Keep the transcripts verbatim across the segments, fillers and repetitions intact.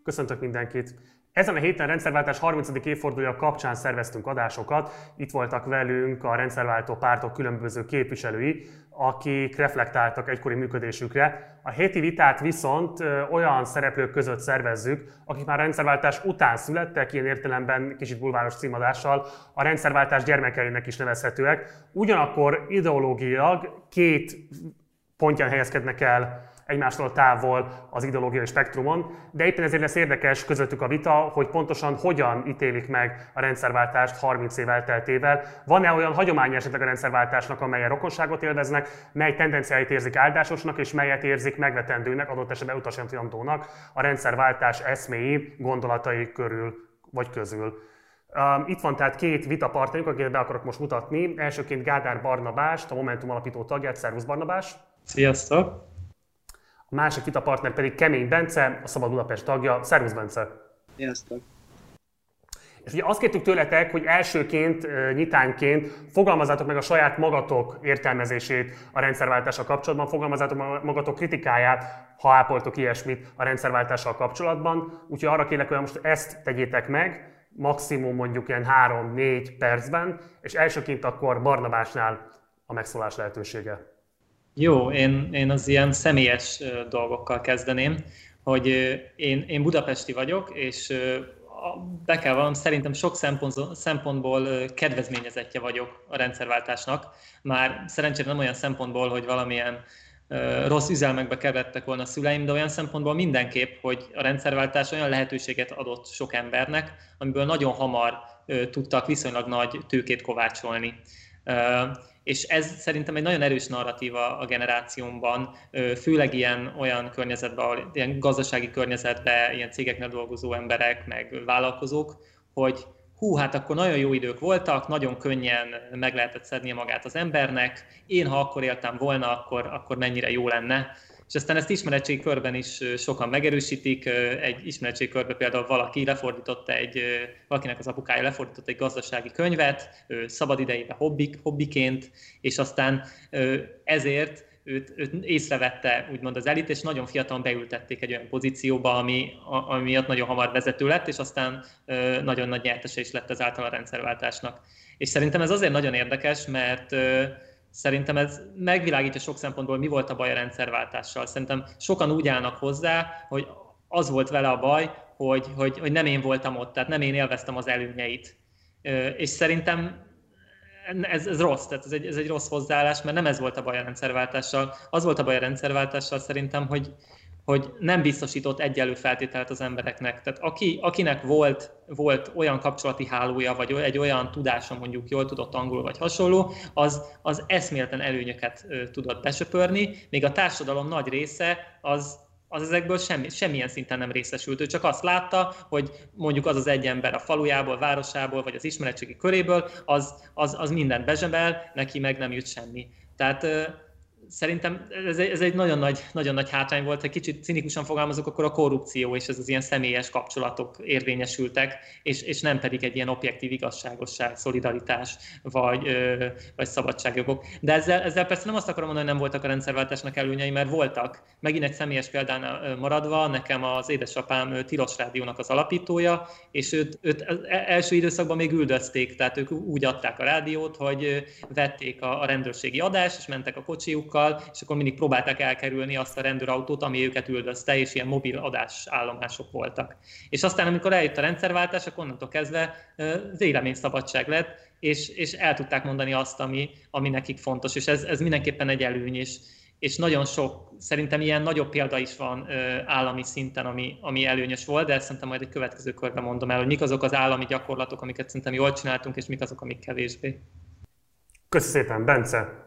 Köszöntök mindenkit! Ezen a héten rendszerváltás harmincadik évfordulója kapcsán szerveztünk adásokat. Itt voltak velünk a rendszerváltó pártok különböző képviselői, akik reflektáltak egykori működésükre. A héti vitát viszont olyan szereplők között szervezzük, akik már a rendszerváltás után születtek, ilyen értelemben kicsit bulváros címadással, a rendszerváltás gyermekeinek is nevezhetőek. Ugyanakkor ideológiailag két pontján helyezkednek el egymástól távol az ideológiai spektrumon, de éppen ezért lesz érdekes közöttük a vita, hogy pontosan hogyan ítélik meg a rendszerváltást harminc év elteltével. Van-e olyan hagyomány esetleg a rendszerváltásnak, amelyen rokonságot élveznek, mely tendenciáit érzik áldásosnak, és melyet érzik megvetendőnek, adott esetben utasítandónak a rendszerváltás eszméi, gondolatai körül vagy közül. Itt van tehát két vitapartnerünk, akiket be akarok most mutatni. Elsőként Gádár Barnabást, a Momentum alapító tagját. Szervusz Barnabás! Sziasztok! A másik vitapartner pedig Kemény Bence, a Szabad Budapest tagja. Szervusz Bence! Sziasztok! És ugye azt kértük tőletek, hogy elsőként, nyitánként fogalmazzátok meg a saját magatok értelmezését a rendszerváltással kapcsolatban, fogalmazzátok magatok kritikáját, ha ápoltok ilyesmit a rendszerváltással kapcsolatban. Úgyhogy arra kérlek, hogy most ezt tegyétek meg, maximum mondjuk ilyen három-négy percben, és elsőként akkor Barnabásnál a megszólás lehetősége. Jó, én, én az ilyen személyes dolgokkal kezdeném, hogy én, én budapesti vagyok, és be kell vallanom, szerintem sok szempont, szempontból kedvezményezettje vagyok a rendszerváltásnak. Már szerencsére nem olyan szempontból, hogy valamilyen rossz üzelmekbe keveredtek volna a szüleim, de olyan szempontból mindenképp, hogy a rendszerváltás olyan lehetőséget adott sok embernek, amiből nagyon hamar tudtak viszonylag nagy tőkét kovácsolni. És ez szerintem egy nagyon erős narratíva a generációmban, főleg ilyen olyan környezetben, ahol ilyen gazdasági környezetben, ilyen cégeknél dolgozó emberek, meg vállalkozók, hogy hú, hát akkor nagyon jó idők voltak, nagyon könnyen meg lehetett szednie magát az embernek, én ha akkor éltem volna, akkor, akkor mennyire jó lenne. És aztán ezt ismeretségi körben is sokan megerősítik. Egy ismeretségi körben például valaki lefordította egy, valakinek az apukája lefordított egy gazdasági könyvet, szabadidejében hobbik, hobbiként, és aztán ezért őt, őt észrevette úgymond az elit, és nagyon fiatalon beültették egy olyan pozícióba, ami, ami miatt nagyon hamar vezető lett, és aztán nagyon nagy nyertese is lett ezáltal a rendszerváltásnak. És szerintem ez azért nagyon érdekes, mert szerintem ez megvilágítja sok szempontból, mi volt a baj a rendszerváltással. Szerintem sokan úgy állnak hozzá, hogy az volt vele a baj, hogy, hogy, hogy nem én voltam ott, tehát nem én élveztem az előnyeit. És szerintem ez, ez rossz, tehát ez egy, ez egy rossz hozzáállás, mert nem ez volt a baj a rendszerváltással. Az volt a baj a rendszerváltással szerintem, hogy, hogy nem biztosított egyenlő feltételt az embereknek. Tehát aki, akinek volt, volt olyan kapcsolati hálója, vagy egy olyan tudása, mondjuk jól tudott angolul vagy hasonló, az, az eszméletlen előnyöket tudott besöpörni, még a társadalom nagy része az, az ezekből semmi, semmilyen szinten nem részesült. Ő csak azt látta, hogy mondjuk az az egy ember a falujából, városából, vagy az ismeretségi köréből, az, az, az mindent bezsebel, neki meg nem jut semmi. Tehát szerintem ez egy, ez egy nagyon, nagy, nagyon nagy hátrány volt, ha kicsit cinikusan fogalmazok, akkor a korrupció és ez az ilyen személyes kapcsolatok érvényesültek, és, és nem pedig egy ilyen objektív igazságosság, szolidaritás vagy, ö, vagy szabadságjogok. De ezzel, ezzel persze nem azt akarom mondani, hogy nem voltak a rendszerváltásnak előnyei, mert voltak. Megint egy személyes példán maradva, nekem az édesapám Tilos Rádiónak az alapítója, és őt, őt az első időszakban még üldözték, tehát ők úgy adták a rádiót, hogy vették a, a rendőrségi adást, és mentek a kocsijukkal, és akkor mindig próbálták elkerülni azt a rendőrautót, ami őket üldözte, és ilyen mobil adásállomások voltak. És aztán, amikor eljött a rendszerváltás, akkor onnantól kezdve véleményszabadság lett, és, és el tudták mondani azt, ami, ami nekik fontos, és ez, ez mindenképpen egy előny is. És nagyon sok, szerintem ilyen nagyobb példa is van állami szinten, ami, ami előnyös volt, de ezt szerintem majd egy következő körben mondom el, hogy mik azok az állami gyakorlatok, amiket szerintem jól csináltunk, és mik azok, amik kevésbé. Köszönöm szépen, Bence!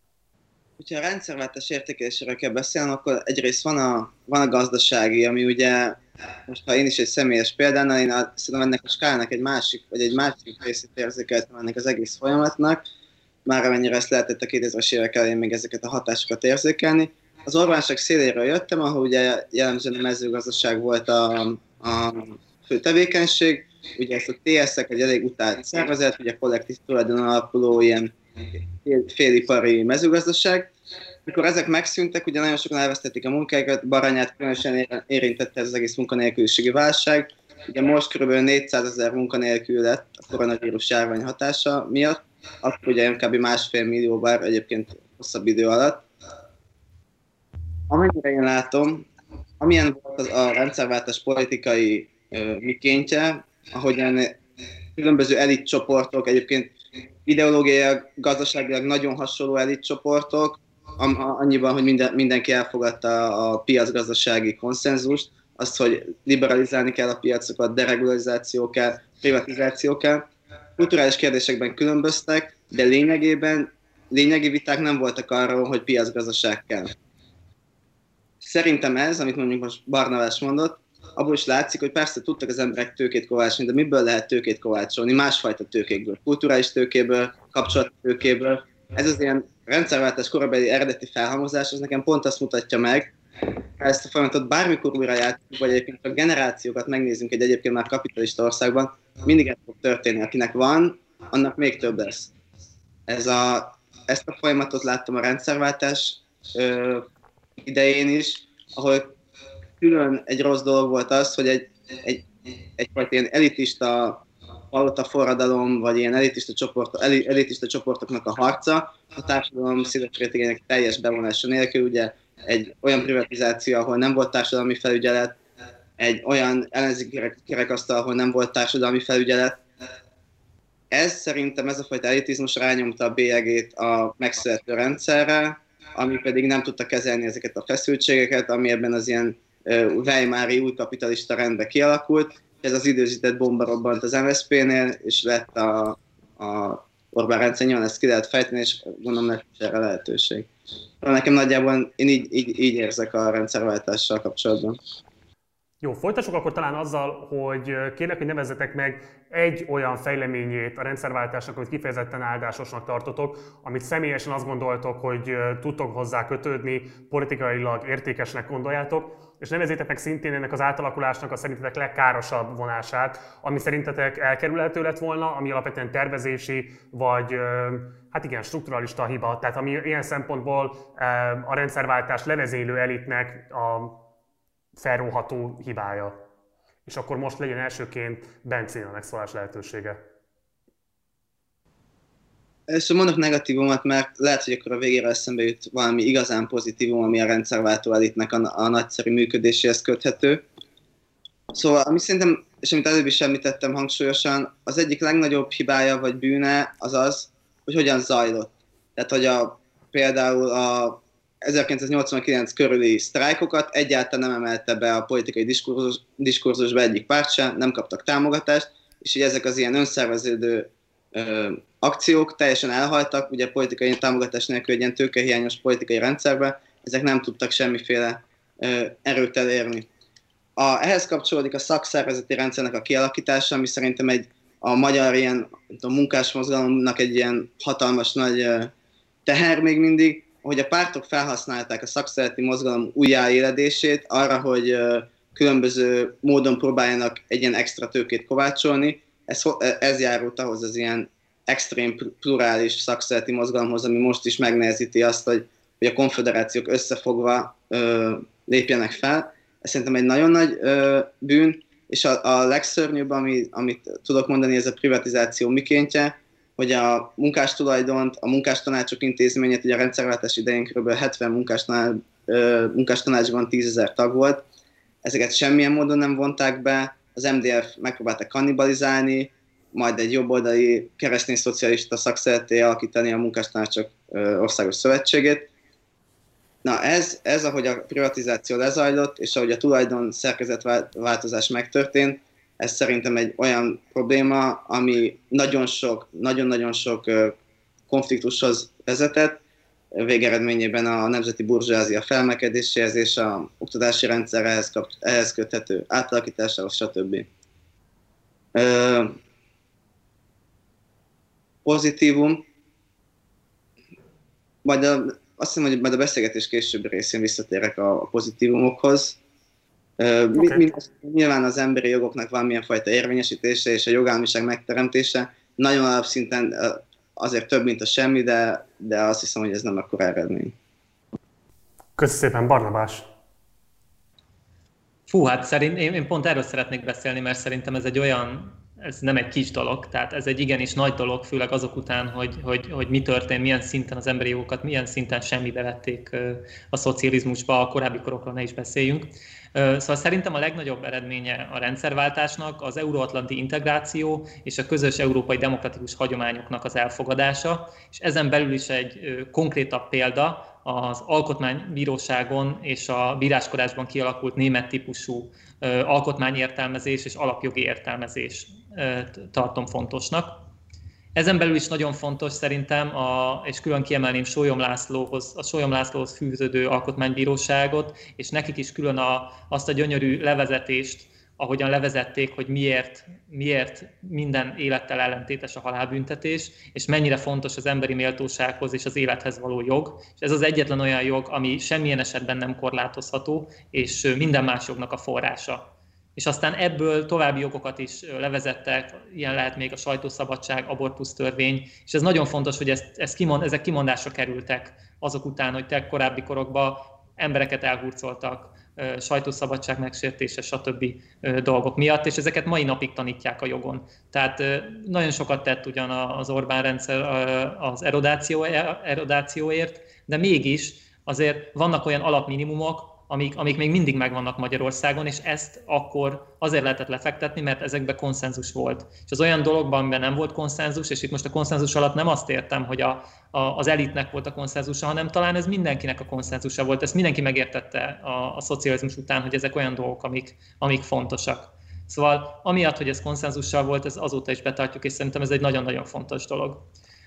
Ha a rendszerváltás értékeléséről kell beszélni, akkor egyrészt van a, van a gazdasági, ami ugye, most ha én is egy személyes példánál, én a, szerintem ennek a skálának egy másik, vagy egy másik részét érzékeltem ennek az egész folyamatnak, már amennyire ezt lehetett a kétezres évek elején még ezeket a hatásokat érzékelni. Az Orbánság széléről jöttem, ahol ugye jellemzően a mezőgazdaság volt a, a fő tevékenység, ugye ezt a té es-ek egy elég utált szervezet, ugye kollektív tulajdon alapuló ilyen félipari mezőgazdaság, mikor ezek megszűntek, ugye nagyon sokan elvesztették a munkáikat, Baranyát különösen érintette ez az egész munkanélküliségi válság. Ugye most kb. négyszázezer munkanélkül lett a koronavírus járvány hatása miatt, akkor ugye kb. másfél millió, bár egyébként hosszabb idő alatt. Amennyire én látom, amilyen volt az a rendszerváltás politikai uh, mikéntje, ahogyan különböző elitcsoportok, egyébként ideológiailag, gazdaságilag nagyon hasonló elitcsoportok, annyiban, hogy minden, mindenki elfogadta a piacgazdasági konszenzust, azt, hogy liberalizálni kell a piacokat, deregularizáció kell, privatizáció kell. Kulturális kérdésekben különböztek, de lényegében lényegi viták nem voltak arról, hogy piacgazdaság kell. Szerintem ez, amit mondjuk most Barnabás mondott, abból is látszik, hogy persze tudtak az emberek tőkét kovácsolni, de miből lehet tőkét kovácsolni? Másfajta tőkékből, kulturális tőkéből, kapcsolati tőkéből. Ez az ilyen rendszerváltás korabeli eredeti felhalmozás, az nekem pont azt mutatja meg, ha ezt a folyamatot bármikor újra játszunk, vagy egyébként a generációkat megnézzünk egy egyébként már kapitalista országban, mindig ez fog történni. Akinek van, annak még több lesz. Ez a, ezt a folyamatot láttam a rendszerváltás ö, idején is, ahol külön egy rossz dolog volt az, hogy egy, egy, egyfajta ilyen elitista palota forradalom, vagy ilyen elitista, csoport, elitista csoportoknak a harca, a társadalom széles rétegének teljes bevonása nélkül, ugye egy olyan privatizáció, ahol nem volt társadalmi felügyelet, egy olyan ellenzéki kerekasztal, ahol nem volt társadalmi felügyelet. Ez szerintem ez a fajta elitizmus rányomta a bélyegét a megszülető rendszerre, ami pedig nem tudta kezelni ezeket a feszültségeket, ami ebben az ilyen weimári új kapitalista rendbe kialakult. Ez az időzített bomba robbant az em es zé pé-nél, és lett a, a Orbán rendszer, nyilván ezt ki lehet fejteni, és gondolom lesz erre lehetőség. Nekem nagyjából én így, így, így érzek a rendszerváltással kapcsolatban. Jó, folytassuk akkor talán azzal, hogy kérlek, hogy nevezzetek meg egy olyan fejleményét a rendszerváltásnak, amit kifejezetten áldásosnak tartotok, amit személyesen azt gondoltok, hogy tudtok hozzá kötődni, politikailag értékesnek gondoljátok, és nevezzétek meg szintén ennek az átalakulásnak a szerintetek legkárosabb vonását, ami szerintetek elkerülhető lett volna, ami alapvetően tervezési, vagy hát igen, strukturalista hiba, tehát ami ilyen szempontból a rendszerváltás levezénylő elitnek a felróható hibája. És akkor most legyen elsőként Bencén a megszólás lehetősége. Először mondok negatívumot, mert lehet, hogy akkor a végére eszembe jut valami igazán pozitívum, ami a rendszerváltó elitnek a, a nagyszerű működéséhez köthető. Szóval, ami szerintem, és amit előbb is említettem hangsúlyosan, az egyik legnagyobb hibája vagy bűne az az, hogy hogyan zajlott. Tehát, hogy a, például a ezerkilencszáznyolcvankilenc körüli sztrájkokat egyáltalán nem emelte be a politikai diskurzus, diskurzusba egyik párt sem, nem kaptak támogatást, és így ezek az ilyen önszerveződő ö, akciók teljesen elhaltak, ugye politikai támogatás nélkül egy ilyen tőkehiányos politikai rendszerbe, ezek nem tudtak semmiféle ö, erőt elérni. A, ehhez kapcsolódik a szakszervezeti rendszernek a kialakítása, ami szerintem egy a magyar ilyen a munkásmozgalomnak egy ilyen hatalmas nagy ö, teher még mindig, hogy a pártok felhasználták a szakszervezeti mozgalom újjáéledését arra, hogy ö, különböző módon próbáljanak egy ilyen extra tőkét kovácsolni. Ez, ez járult ahhoz az ilyen extrém plurális szakszervezeti mozgalomhoz, ami most is megnehezíti azt, hogy, hogy a konfederációk összefogva ö, lépjenek fel. Ez szerintem egy nagyon nagy ö, bűn, és a, a legszörnyűbb, ami, amit tudok mondani, ez a privatizáció mikéntje, hogy a munkástulajdont, a munkástanácsok intézményét, ugye a rendszerváltás idején kb. hetven munkástanács, ö, munkástanácsban tízezer tag volt, ezeket semmilyen módon nem vonták be, az em dé ef megpróbálta kannibalizálni, majd egy jobboldali keresztény szocialista szakszervezetté alakítani a munkástanácsok országos szövetségét. Na ez, ez, ahogy a privatizáció lezajlott, és ahogy a tulajdon szerkezetváltozás megtörtént, ez szerintem egy olyan probléma, ami nagyon sok, nagyon-nagyon sok konfliktushoz vezetett, végeredményében a nemzeti burzsázia felmekedéséhez és a oktatási rendszer ehhez, ehhez köthető átalakításához, stb. Ö, pozitívum, majd a, azt hiszem, hogy majd a beszélgetés későbbi részén visszatérek a, a pozitívumokhoz. Ö, okay. mi, mi, nyilván az emberi jogoknak valamilyen fajta érvényesítése és a jogállamiság megteremtése nagyon alapszinten azért több, mint a semmi, de, de azt hiszem, hogy ez nem akkora eredmény. Köszönöm szépen, Barnabás! Fú, hát szerint, én, én pont erről szeretnék beszélni, mert szerintem ez egy olyan, ez nem egy kis dolog, tehát ez egy igenis nagy dolog, főleg azok után, hogy, hogy, hogy mi történt, milyen szinten az emberi jogokat, milyen szinten semmibe vették a szocializmusba, a korábbi korokról ne is beszéljünk. Szóval szerintem a legnagyobb eredménye a rendszerváltásnak az euróatlanti integráció és a közös európai demokratikus hagyományoknak az elfogadása, és ezen belül is egy konkrétabb példa az alkotmánybíróságon és a bíráskodásban kialakult német típusú alkotmányértelmezés és alapjogi értelmezés tartom fontosnak. Ezen belül is nagyon fontos szerintem, a, és külön kiemelném Sólyom Lászlóhoz, a Sólyom Lászlóhoz fűződő alkotmánybíróságot, és nekik is külön a, azt a gyönyörű levezetést, ahogyan levezették, hogy miért, miért minden élettel ellentétes a halálbüntetés, és mennyire fontos az emberi méltósághoz és az élethez való jog. És ez az egyetlen olyan jog, ami semmilyen esetben nem korlátozható, és minden más jognak a forrása. És aztán ebből további jogokat is levezettek, ilyen lehet még a sajtószabadság, abortusztörvény, és ez nagyon fontos, hogy ezt, ezt kimond, ezek kimondásra kerültek azok után, hogy te korábbi korokban embereket elhurcoltak, sajtószabadság megsértése, stb. Dolgok miatt, és ezeket mai napig tanítják a jogon. Tehát nagyon sokat tett ugyan az Orbán rendszer az erodáció, erodációért, de mégis azért vannak olyan alapminimumok, Amik, amik még mindig megvannak Magyarországon, és ezt akkor azért lehetett lefektetni, mert ezekben konszenzus volt. És az olyan dologban, amiben nem volt konszenzus, és itt most a konszenzus alatt nem azt értem, hogy a, a, az elitnek volt a konszenzusa, hanem talán ez mindenkinek a konszenzusa volt. Ezt mindenki megértette a, a szocializmus után, hogy ezek olyan dolgok, amik, amik fontosak. Szóval amiatt, hogy ez konszenzussal volt, ez azóta is betartjuk, és szerintem ez egy nagyon-nagyon fontos dolog.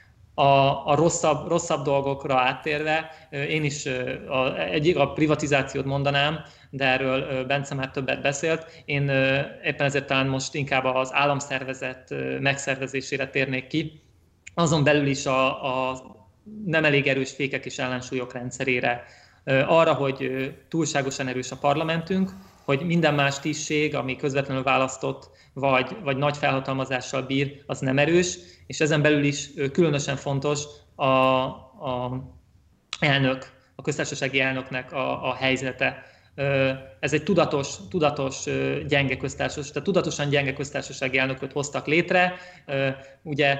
A, a rosszabb, rosszabb dolgokra áttérve, én is a, egy, a privatizációt mondanám, de erről Bence már többet beszélt. Én éppen ezért talán most inkább az államszervezet megszervezésére térnék ki. Azon belül is a, a nem elég erős fékek és ellensúlyok rendszerére. Arra, hogy túlságosan erős a parlamentünk, hogy minden más tisztség, ami közvetlenül választott, vagy, vagy nagy felhatalmazással bír, az nem erős, és ezen belül is különösen fontos a, a elnök, a köztársasági elnöknek a, a helyzete. Ez egy tudatos, tudatos gyenge köztársaság, tehát tudatosan gyenge köztársasági elnököt hoztak létre. Ugye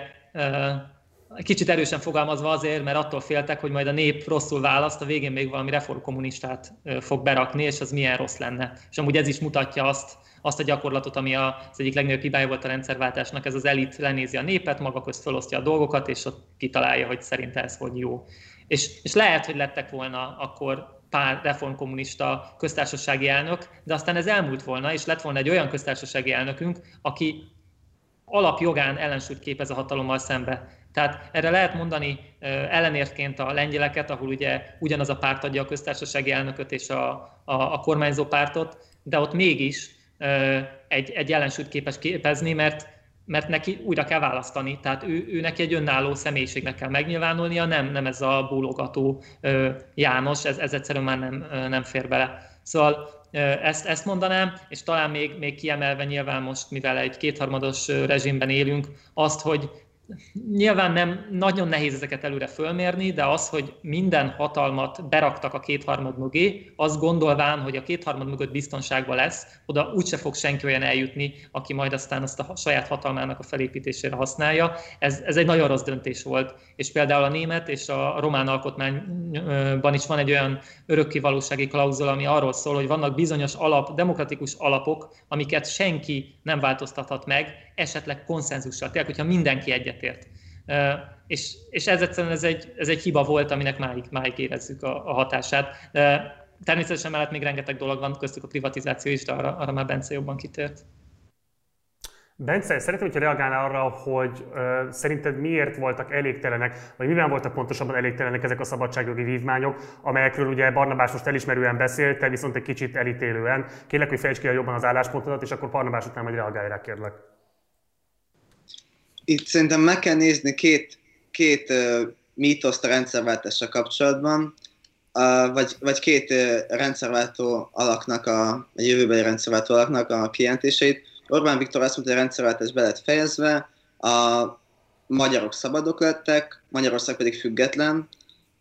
kicsit erősen fogalmazva azért, mert attól féltek, hogy majd a nép rosszul választ, a végén még valami reformkommunistát fog berakni, és az milyen rossz lenne. És amúgy ez is mutatja azt, azt a gyakorlatot, ami az egyik legnagyobb hibája volt a rendszerváltásnak, ez az elit lenézi a népet, maga közt felosztja a dolgokat, és ott kitalálja, hogy szerinte ez hogy jó. És, és lehet, hogy lettek volna akkor pár reformkommunista köztársasági elnök, de aztán ez elmúlt volna, és lett volna egy olyan köztársasági elnökünk, aki alapjogán ellensúlyt képez a hatalommal szembe. Tehát erre lehet mondani ellenértként a lengyeleket, ahol ugye ugyanaz a párt adja a köztársasági elnököt és a, a, a kormányzó pártot, de ott mégis egy, egy ellensúlyt képes képezni, mert, mert neki újra kell választani. Tehát ő, ő neki egy önálló személyiségnek kell megnyilvánulnia, nem, nem ez a bólogató János, ez, ez egyszerűen már nem, nem fér bele. Szóval ezt, ezt mondanám, és talán még, még kiemelve nyilván most, mivel egy kétharmados rezsimben élünk, azt, hogy nyilván nem nagyon nehéz ezeket előre fölmérni, de az, hogy minden hatalmat beraktak a kétharmad mögé, azt gondolván, hogy a kétharmad mögött biztonságban lesz, oda úgyse fog senki olyan eljutni, aki majd aztán azt a saját hatalmának a felépítésére használja. Ez, ez egy nagyon rossz döntés volt. És például a német és a román alkotmányban is van egy olyan örökkévalósági klauzula, ami arról szól, hogy vannak bizonyos alap, demokratikus alapok, amiket senki nem változtathat meg, esetleg konszenzussal, tényleg, hogyha mindenki egyetért. Uh, és, és ez egyszerűen ez egy, ez egy hiba volt, aminek máig, máig érezzük a, a hatását. Uh, természetesen mellett még rengeteg dolog van, köztük a privatizáció is, de arra, arra már Bence jobban kitért. Bence, szeretném, hogyha reagálnál arra, hogy uh, szerinted miért voltak elégtelenek, vagy miben voltak pontosabban elégtelenek ezek a szabadságjogi vívmányok, amelyekről ugye Barnabás most elismerően beszélt, te viszont egy kicsit elítélően. Kérlek, hogy fejtsd ki jobban az álláspontodat, és akkor Barnabás után majd reagálj rá, kérlek. Itt szerintem meg kell nézni két, két uh, mítoszt a rendszerváltással kapcsolatban, uh, vagy, vagy két uh, rendszerváltó alaknak, a, a jövőbeli rendszerváltó alaknak a kijelentéseit. Orbán Viktor azt mondta, hogy a rendszerváltás be lett fejezve, a magyarok szabadok lettek, Magyarország pedig független.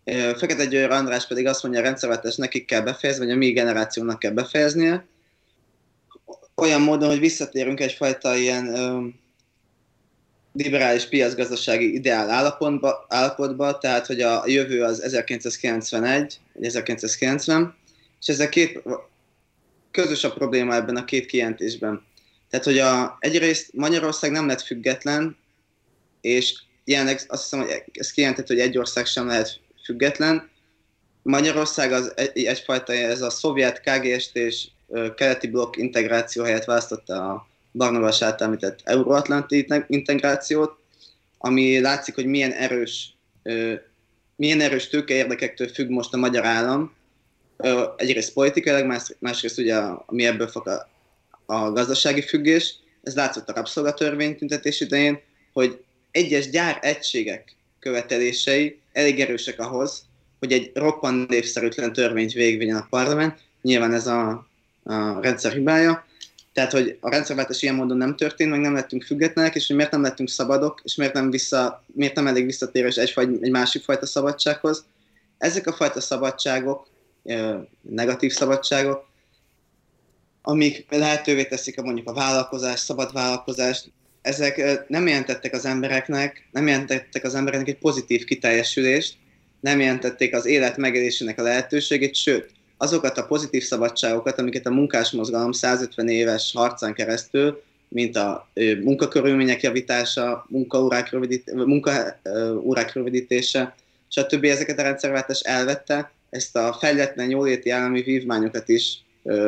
Fekete Győr András pedig azt mondja, a rendszerváltást nekik kell befejezni, vagy a mi generációnak kell befejeznie. Olyan módon, hogy visszatérünk egyfajta ilyen ö, liberális piacgazdasági ideál állapotba, állapotba, tehát hogy a jövő az ezerkilencszázkilencvenegy, vagy ezerkilencszázkilencven, és ez a két közös a probléma ebben a két kijelentésben. Tehát, hogy a, egyrészt Magyarország nem lett független, és jelenleg azt hiszem, hogy ez kijelentett, hogy egy ország sem lehet független. Magyarország az egy, egyfajta, ez a szovjet ká gé es té és ö, keleti blokk integráció helyett választotta a Barnabás által említett euróatlanti integrációt, ami látszik, hogy milyen erős, ö, milyen erős tőkeérdekektől függ most a magyar állam. Ö, egyrészt politikailag, más, másrészt ugye a, ami ebből fog a, a gazdasági függés. Ez látszott a rabszolgatörvény tüntetés idején, hogy egyes gyáregységek követelései elég erősek ahhoz, hogy egy roppant népszerűtlen törvényt végigvigyen a parlament. Nyilván ez a, a rendszer hibája. Tehát, hogy a rendszerváltás ilyen módon nem történt, meg nem lettünk függetlenek, és hogy miért nem lettünk szabadok, és miért nem, vissza, miért nem elég visszatérés egy, egy másik fajta szabadsághoz. Ezek a fajta szabadságok, negatív szabadságok, amik lehetővé teszik a, mondjuk a vállalkozás, szabad vállalkozást, ezek nem jelentettek az embereknek, nem jelentettek az embereknek egy pozitív kiteljesülést, nem jelentették az élet megélésének a lehetőségét, sőt, azokat a pozitív szabadságokat, amiket a munkásmozgalom százötven éves harcán keresztül, mint a munkakörülmények javítása, munkaórák, rövidít, munkaórák rövidítése, stb. Ezeket a rendszerváltás elvette, ezt a fejletlen jóléti állami vívmányokat is,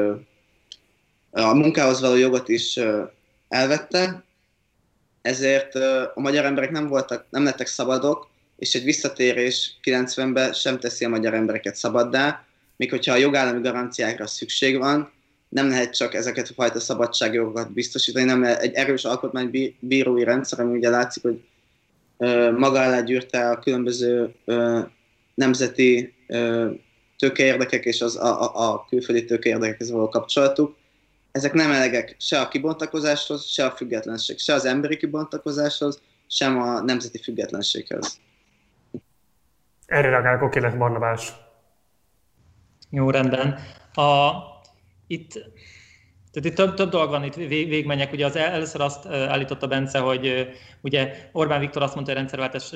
a munkához való jogot is elvette, ezért a magyar emberek nem, voltak, nem lettek szabadok, és egy visszatérés kilencvenben sem teszi a magyar embereket szabaddá, még hogyha a jogállami garanciákra szükség van, nem lehet csak ezeket a fajta szabadságjogokat biztosítani, nem lehet egy erős alkotmánybírói rendszer, ami ugye látszik, hogy maga alá gyűrte a különböző nemzeti tőkeérdekek és az, a, a, a külföldi tőkeérdekekhez való kapcsolatuk. Ezek nem elegek se a kibontakozáshoz, se a függetlenség, se az emberi kibontakozáshoz, sem a nemzeti függetlenséghez. Erre reagálok, oké lett Barnabás. Jó, rendben. A, itt, tehát itt több, több dolog van, itt végigmenjek. Ugye az először azt állította Bence, hogy ugye Orbán Viktor azt mondta, hogy a rendszerváltás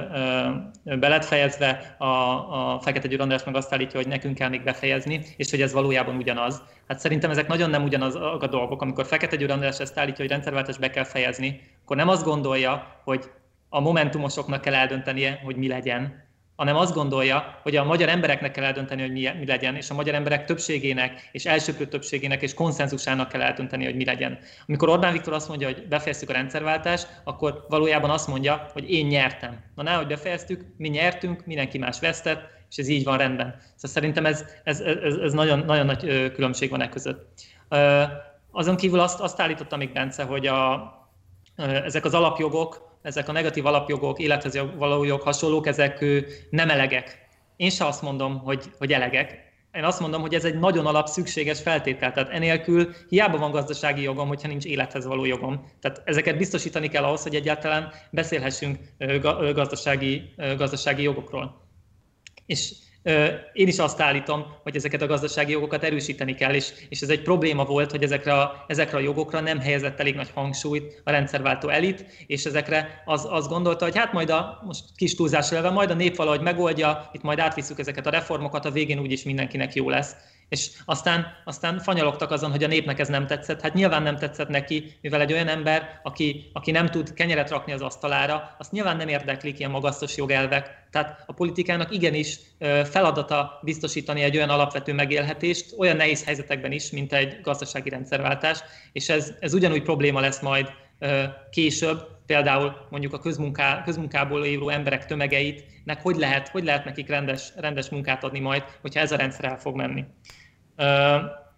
be lett fejezve, a, a Fekete Győr András meg azt állítja, hogy nekünk kell még befejezni, és hogy ez valójában ugyanaz. Hát szerintem ezek nagyon nem ugyanaz a dolgok. Amikor Fekete Győr András ezt állítja, hogy rendszerváltást be kell fejezni, akkor nem azt gondolja, hogy a momentumosoknak kell eldöntenie, hogy mi legyen, hanem azt gondolja, hogy a magyar embereknek kell eldönteni, hogy mi, mi legyen, és a magyar emberek többségének, és elsőprő többségének, és konszenzusának kell eldönteni, hogy mi legyen. Amikor Orbán Viktor azt mondja, hogy befejeztük a rendszerváltást, akkor valójában azt mondja, hogy én nyertem. Na, nehogy befejeztük, mi nyertünk, mindenki más vesztett, és ez így van rendben. Szóval szerintem ez, ez, ez, ez nagyon, nagyon nagy különbség van e között. Azon kívül azt, azt állította még Bence, hogy a, ezek az alapjogok, ezek a negatív alapjogok, élethez való jog hasonlók, ezek nem elegek. Én se azt mondom, hogy, hogy elegek. Én azt mondom, hogy ez egy nagyon alap szükséges feltétel. Tehát enélkül hiába van gazdasági jogom, hogyha nincs élethez való jogom. Tehát ezeket biztosítani kell ahhoz, hogy egyáltalán beszélhessünk gazdasági, gazdasági jogokról. És én is azt állítom, hogy ezeket a gazdasági jogokat erősíteni kell, és, és ez egy probléma volt, hogy ezekre a, ezekre a jogokra nem helyezett elég nagy hangsúlyt a rendszerváltó elit, és ezekre az, azt gondolta, hogy hát majd a, most kis túlzás elve, majd a nép valahogy megoldja, itt majd átvisszük ezeket a reformokat, a végén úgyis mindenkinek jó lesz. És aztán, aztán fanyalogtak azon, hogy a népnek ez nem tetszett. Hát nyilván nem tetszett neki, mivel egy olyan ember, aki, aki nem tud kenyeret rakni az asztalára, azt nyilván nem érdeklik ilyen magasztos jogelvek. Tehát a politikának igenis feladata biztosítani egy olyan alapvető megélhetést, olyan nehéz helyzetekben is, mint egy gazdasági rendszerváltás, és ez, ez ugyanúgy probléma lesz majd később, például mondjuk a közmunká, közmunkából élő emberek tömegeinek, hogy lehet, hogy lehet nekik rendes, rendes munkát adni majd, hogyha ez a rendszer el fog menni. Uh,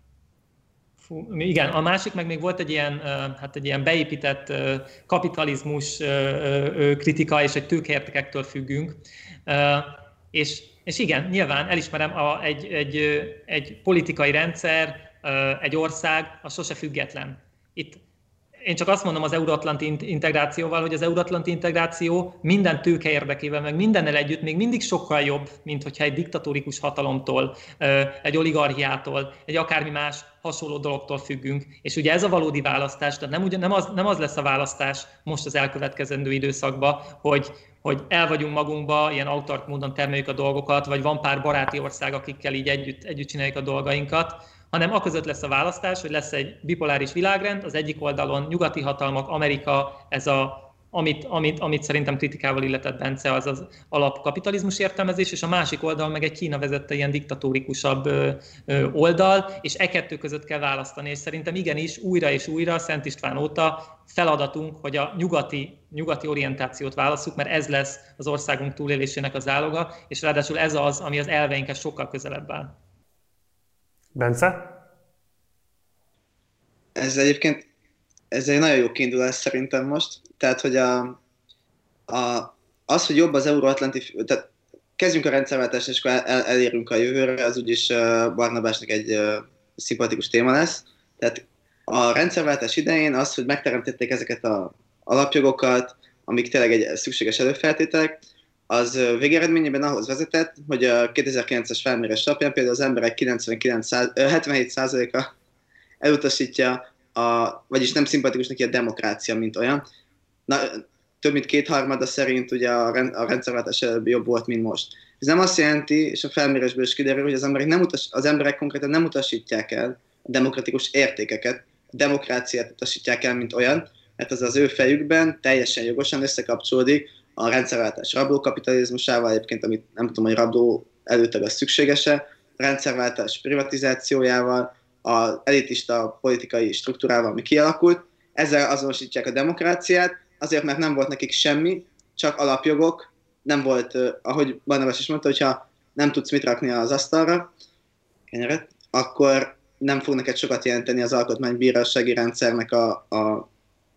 fú, igen, a másik meg még volt egy ilyen, uh, hát egy ilyen beépített uh, kapitalizmus uh, uh, kritika, és egy tőkeértékektől függünk. Uh, és, és igen, nyilván elismerem, a, egy, egy, egy politikai rendszer, uh, egy ország, az sose független. Itt én csak azt mondom az euróatlanti integrációval, hogy az euróatlanti integráció minden tőke érdekével, meg mindennel együtt még mindig sokkal jobb, mint hogyha egy diktatórikus hatalomtól, egy oligarchiától, egy akármi más hasonló dologtól függünk. És ugye ez a valódi választás, tehát nem, ugye, nem, az, nem az lesz a választás most az elkövetkezendő időszakban, hogy, hogy el vagyunk magunkba, ilyen autark módon termeljük a dolgokat, vagy van pár baráti ország, akikkel így együtt, együtt csináljuk a dolgainkat, hanem aközött lesz a választás, hogy lesz egy bipoláris világrend, az egyik oldalon nyugati hatalmak, Amerika, ez a, amit, amit, amit szerintem kritikával illetett Bence, az az alapkapitalizmus értelmezés, és a másik oldal meg egy Kína vezette ilyen diktatórikusabb ö, ö, oldal, és e kettő között kell választani, és szerintem igenis újra és újra Szent István óta feladatunk, hogy a nyugati, nyugati orientációt válasszuk, mert ez lesz az országunk túlélésének az záloga, és ráadásul ez az, ami az elveinkhez sokkal közelebb áll. Bence? Ez egyébként ez egy nagyon jó kiindulás szerintem most. Tehát, hogy a, a, az, hogy jobb az euróatlanti... Tehát kezdjünk a rendszerváltást, és akkor el, elérünk a jövőre, az úgyis uh, Barnabásnak egy uh, szimpatikus téma lesz. Tehát a rendszerváltás idején az, hogy megteremtették ezeket az alapjogokat, amik tényleg egy szükséges előfeltételek, az végeredményében ahhoz vezetett, hogy a kétezer-kilences felmérés alapján például az emberek hetvenhét százaléka elutasítja, a, vagyis nem szimpatikus neki a demokrácia, mint olyan. Na, több mint kétharmada szerint ugye a, rend, a rendszerváltás előbb jobb volt, mint most. Ez nem azt jelenti, és a felmérésből is kiderül, hogy az emberek, nem utas, az emberek konkrétan nem utasítják el a demokratikus értékeket, a demokráciát utasítják el, mint olyan, mert az az ő fejükben teljesen jogosan összekapcsolódik a rendszerváltás rablókapitalizmusával, egyébként, amit nem tudom, hogy rabló előtte az szükséges-e, a rendszerváltás privatizációjával, az elitista politikai struktúrával, ami kialakult. Ezzel azonosítják a demokráciát, azért, mert nem volt nekik semmi, csak alapjogok, nem volt, ahogy Barnabás is mondta, hogyha nem tudsz mit rakni az asztalra, kenyeret, akkor nem fog neked sokat jelenteni az alkotmánybírósági rendszernek a, a, a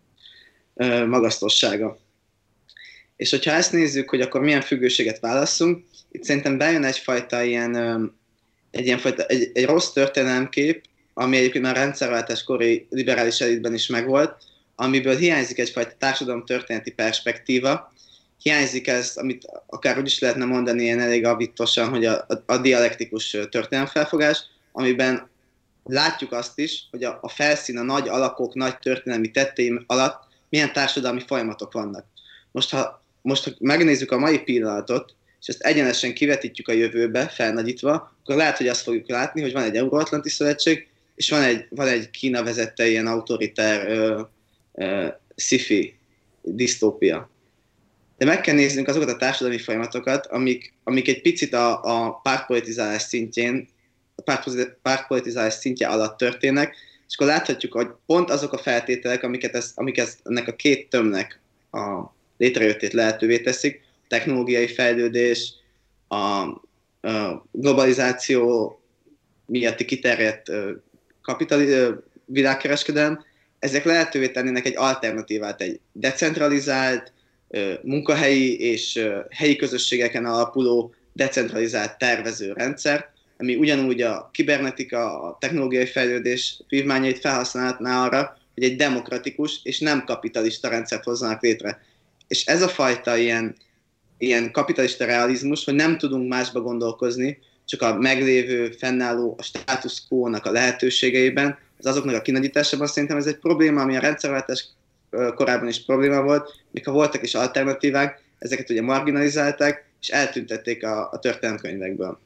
magasztossága. És hogyha ezt nézzük, hogy akkor milyen függőséget válasszunk, itt szerintem bejön egyfajta ilyen, egy, ilyen fajta, egy, egy rossz történelemkép, ami egyébként már a rendszerváltáskori liberális elitben is megvolt, amiből hiányzik egyfajta társadalomtörténeti perspektíva, hiányzik ez, amit akár úgy is lehetne mondani ilyen elég avittosan, hogy a, a, a dialektikus történelemfelfogás, amiben látjuk azt is, hogy a, a felszín, a nagy alakok, nagy történelmi tetteim alatt milyen társadalmi folyamatok vannak. Most ha, most, ha megnézzük a mai pillanatot, és ezt egyenesen kivetítjük a jövőbe, felnagyítva, akkor lehet, hogy azt fogjuk látni, hogy van egy Euróatlanti Szövetség, és van egy, van egy Kína vezette ilyen autoritár ö, ö, sci-fi disztópia. De meg kell néznünk azokat a társadalmi folyamatokat, amik, amik egy picit a, a pártpolitizálás szintjén, a pártpolitizálás szintje alatt történnek, és akkor láthatjuk, hogy pont azok a feltételek, amiket ez, amik ez, ennek a két tömnek a létrejöttét lehetővé teszik, a technológiai fejlődés, a, a globalizáció miatti kiterjedt kapitali, világkereskedelem, ezek lehetővé tennének egy alternatívát, egy decentralizált, munkahelyi és helyi közösségeken alapuló decentralizált tervező rendszer, ami ugyanúgy a kibernetika, a technológiai fejlődés vívmányait felhasználhatná arra, hogy egy demokratikus és nem kapitalista rendszert hozzanak létre. És ez a fajta ilyen, ilyen kapitalista realizmus, hogy nem tudunk másba gondolkozni, csak a meglévő, fennálló, a status quo-nak a lehetőségeiben, az azoknak a kinagyításában szerintem ez egy probléma, ami a rendszerváltás korábban is probléma volt, még ha voltak is alternatívák, ezeket ugye marginalizálták, és eltüntették a, a történelemkönyvekből.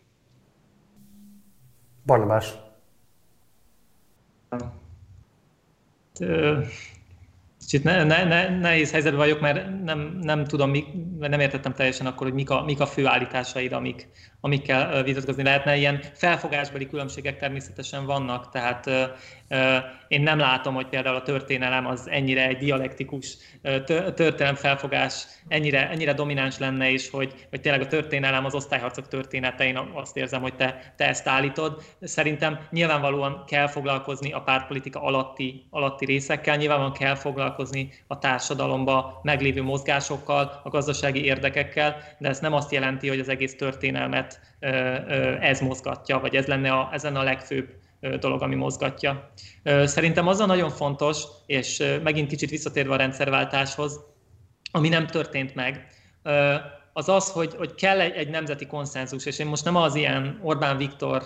Barnabás. Kicsit ne, ne, ne, nehéz helyzetben vagyok, mert nem, nem tudom, mik, nem értettem teljesen akkor, hogy mik a, mik a fő állításaid, amik, amikkel vitatkozni lehetne. Ilyen felfogásbeli különbségek természetesen vannak, tehát uh, uh, én nem látom, hogy például a történelem az ennyire egy dialektikus uh, történelem felfogás ennyire, ennyire domináns lenne, és hogy, hogy tényleg a történelem az osztályharcok története, én azt érzem, hogy te, te ezt állítod. Szerintem nyilvánvalóan kell foglalkozni a pártpolitika alatti, alatti részekkel, nyilvánvalóan kell foglalkozni a társadalomba meglévő mozgásokkal, a gazdasági érdekekkel, de ez nem azt jelenti, hogy az egész történelmet ez mozgatja, vagy ez lenne a, ez lenne a legfőbb dolog, ami mozgatja. Szerintem az a nagyon fontos, és megint kicsit visszatérve a rendszerváltáshoz, ami nem történt meg, az az, hogy, hogy kell egy, egy nemzeti konszenzus, és én most nem az ilyen Orbán Viktor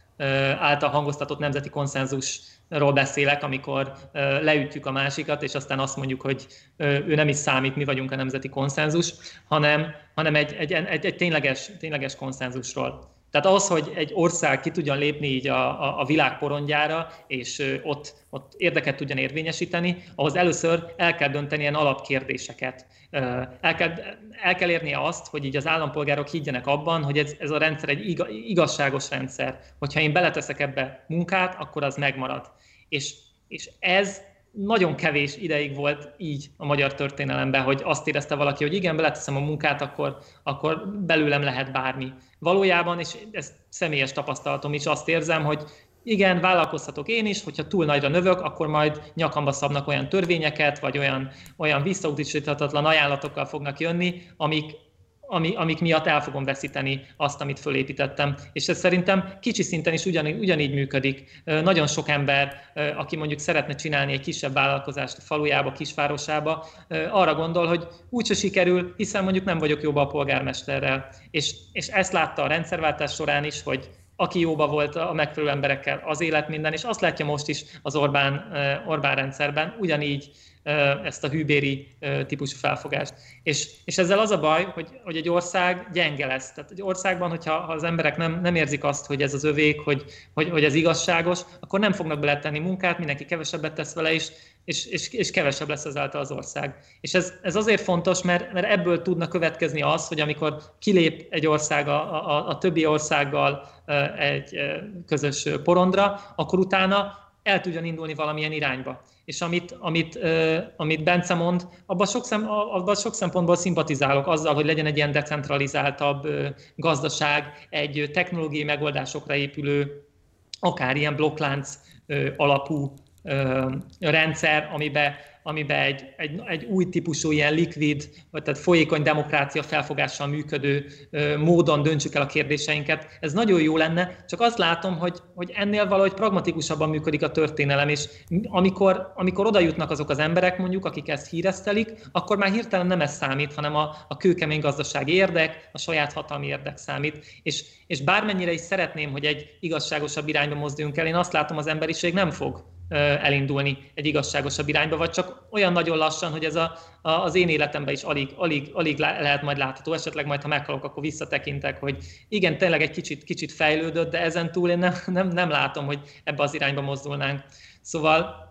által hangoztatott nemzeti konszenzusról beszélek, amikor leütjük a másikat, és aztán azt mondjuk, hogy ő nem is számít, mi vagyunk a nemzeti konszenzus, hanem, hanem egy, egy, egy, egy tényleges, tényleges konszenzusról. Tehát az, hogy egy ország ki tudjon lépni így a, a, a világ porondjára, és ott, ott érdeket tudjon érvényesíteni, ahhoz először el kell dönteni ilyen alapkérdéseket. El kell, el kell érnie azt, hogy így az állampolgárok higgyenek abban, hogy ez, ez a rendszer egy igazságos rendszer. Hogyha én beleteszek ebbe munkát, akkor az megmarad. És, és ez nagyon kevés ideig volt így a magyar történelemben, hogy azt érezte valaki, hogy igen, beleteszem a munkát, akkor, akkor belőlem lehet bármi. Valójában, és ez személyes tapasztalatom is, azt érzem, hogy igen, vállalkozhatok én is, hogyha túl nagyra növök, akkor majd nyakamba szabnak olyan törvényeket, vagy olyan, olyan visszautasíthatatlan ajánlatokkal fognak jönni, amik, ami, amik miatt el fogom veszíteni azt, amit fölépítettem. És ez szerintem kicsi szinten is ugyanígy, ugyanígy működik. Nagyon sok ember, aki mondjuk szeretne csinálni egy kisebb vállalkozást a falujába, kisvárosába, arra gondol, hogy úgyse sikerül, hiszen mondjuk nem vagyok jóba a polgármesterrel. És, és ezt látta a rendszerváltás során is, hogy aki jóba volt a megfelelő emberekkel, az élet minden, és azt látja most is az Orbán, Orbán rendszerben, ugyanígy ezt a hűbéri típusú felfogást. És, és ezzel az a baj, hogy, hogy egy ország gyenge lesz. Tehát egy országban, hogyha ha az emberek nem, nem érzik azt, hogy ez az övék, hogy, hogy, hogy ez igazságos, akkor nem fognak beletenni munkát, mindenki kevesebbet tesz vele is, és, és, és kevesebb lesz ezáltal az ország. És ez, ez azért fontos, mert, mert ebből tudna következni az, hogy amikor kilép egy ország a, a, a többi országgal egy közös porondra, akkor utána el tudjon indulni valamilyen irányba. És amit, amit, uh, amit Bence mond, abban sok, szem, abban sok szempontból szimpatizálok azzal, hogy legyen egy ilyen decentralizáltabb uh, gazdaság, egy technológiai megoldásokra épülő, akár ilyen blokklánc uh, alapú uh, rendszer, amiben amiben egy, egy, egy új típusú ilyen likvid, vagy tehát folyékony demokrácia felfogással működő ö, módon döntsük el a kérdéseinket. Ez nagyon jó lenne, csak azt látom, hogy, hogy ennél valahogy pragmatikusabban működik a történelem, és amikor, amikor oda jutnak azok az emberek, mondjuk, akik ezt híresztelik, akkor már hirtelen nem ez számít, hanem a, a kőkemény gazdasági érdek, a saját hatalmi érdek számít. És, és bármennyire is szeretném, hogy egy igazságosabb irányba mozduljunk el, én azt látom, az emberiség nem fog elindulni egy igazságosabb irányba, vagy csak olyan nagyon lassan, hogy ez a, a, az én életemben is alig, alig, alig lehet majd látható. Esetleg majd, ha meghalok, akkor visszatekintek, hogy igen, tényleg egy kicsit, kicsit fejlődött, de ezen túl én nem, nem, nem látom, hogy ebbe az irányba mozdulnánk. Szóval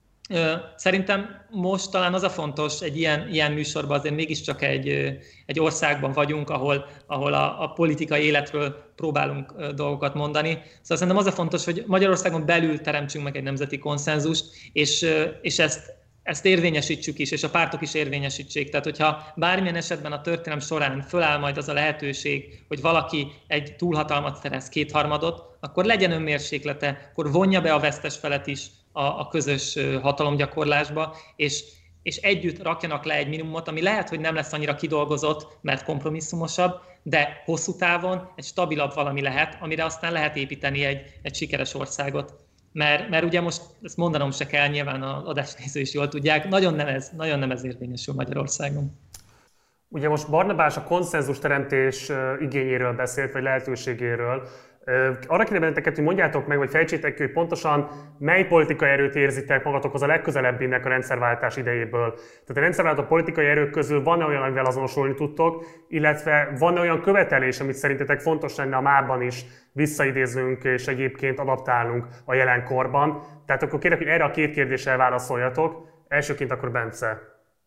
szerintem most talán az a fontos egy ilyen, ilyen műsorban, azért mégiscsak egy, egy országban vagyunk, ahol, ahol a, a politikai életről próbálunk dolgokat mondani. Szóval szerintem az a fontos, hogy Magyarországon belül teremtsünk meg egy nemzeti konszenzust, és, és ezt, ezt érvényesítsük is, és a pártok is érvényesítsék. Tehát, hogyha bármilyen esetben a történelem során föláll majd az a lehetőség, hogy valaki egy túlhatalmat szerez, kétharmadot, akkor legyen önmérséklete, akkor vonja be a vesztes felet is a, a közös hatalomgyakorlásba, és, és együtt rakjanak le egy minimumot, ami lehet, hogy nem lesz annyira kidolgozott, mert kompromisszumosabb, de hosszú távon egy stabilabb valami lehet, amire aztán lehet építeni egy, egy sikeres országot. Mert, mert ugye most ezt mondanom se kell, nyilván az adásnéző is jól tudják, nagyon nem ez, nagyon nem ez érvényesül Magyarországon. Ugye most Barnabás a konszenzus teremtés igényéről beszélt, vagy lehetőségéről. Arra kérem benneteket, hogy mondjátok meg, vagy fejtsétek ki, hogy pontosan mely politikai erőt érzitek magatokhoz a legközelebbinek a rendszerváltás idejéből. Tehát a rendszerváltó politikai erők közül van-e olyan, amivel azonosulni tudtok, illetve van-e olyan követelés, amit szerintetek fontos lenne a mában is visszaidéznünk és egyébként adaptálnunk a jelenkorban. Tehát akkor kérlek, hogy erre a két kérdéssel válaszoljatok. Elsőként akkor Bence.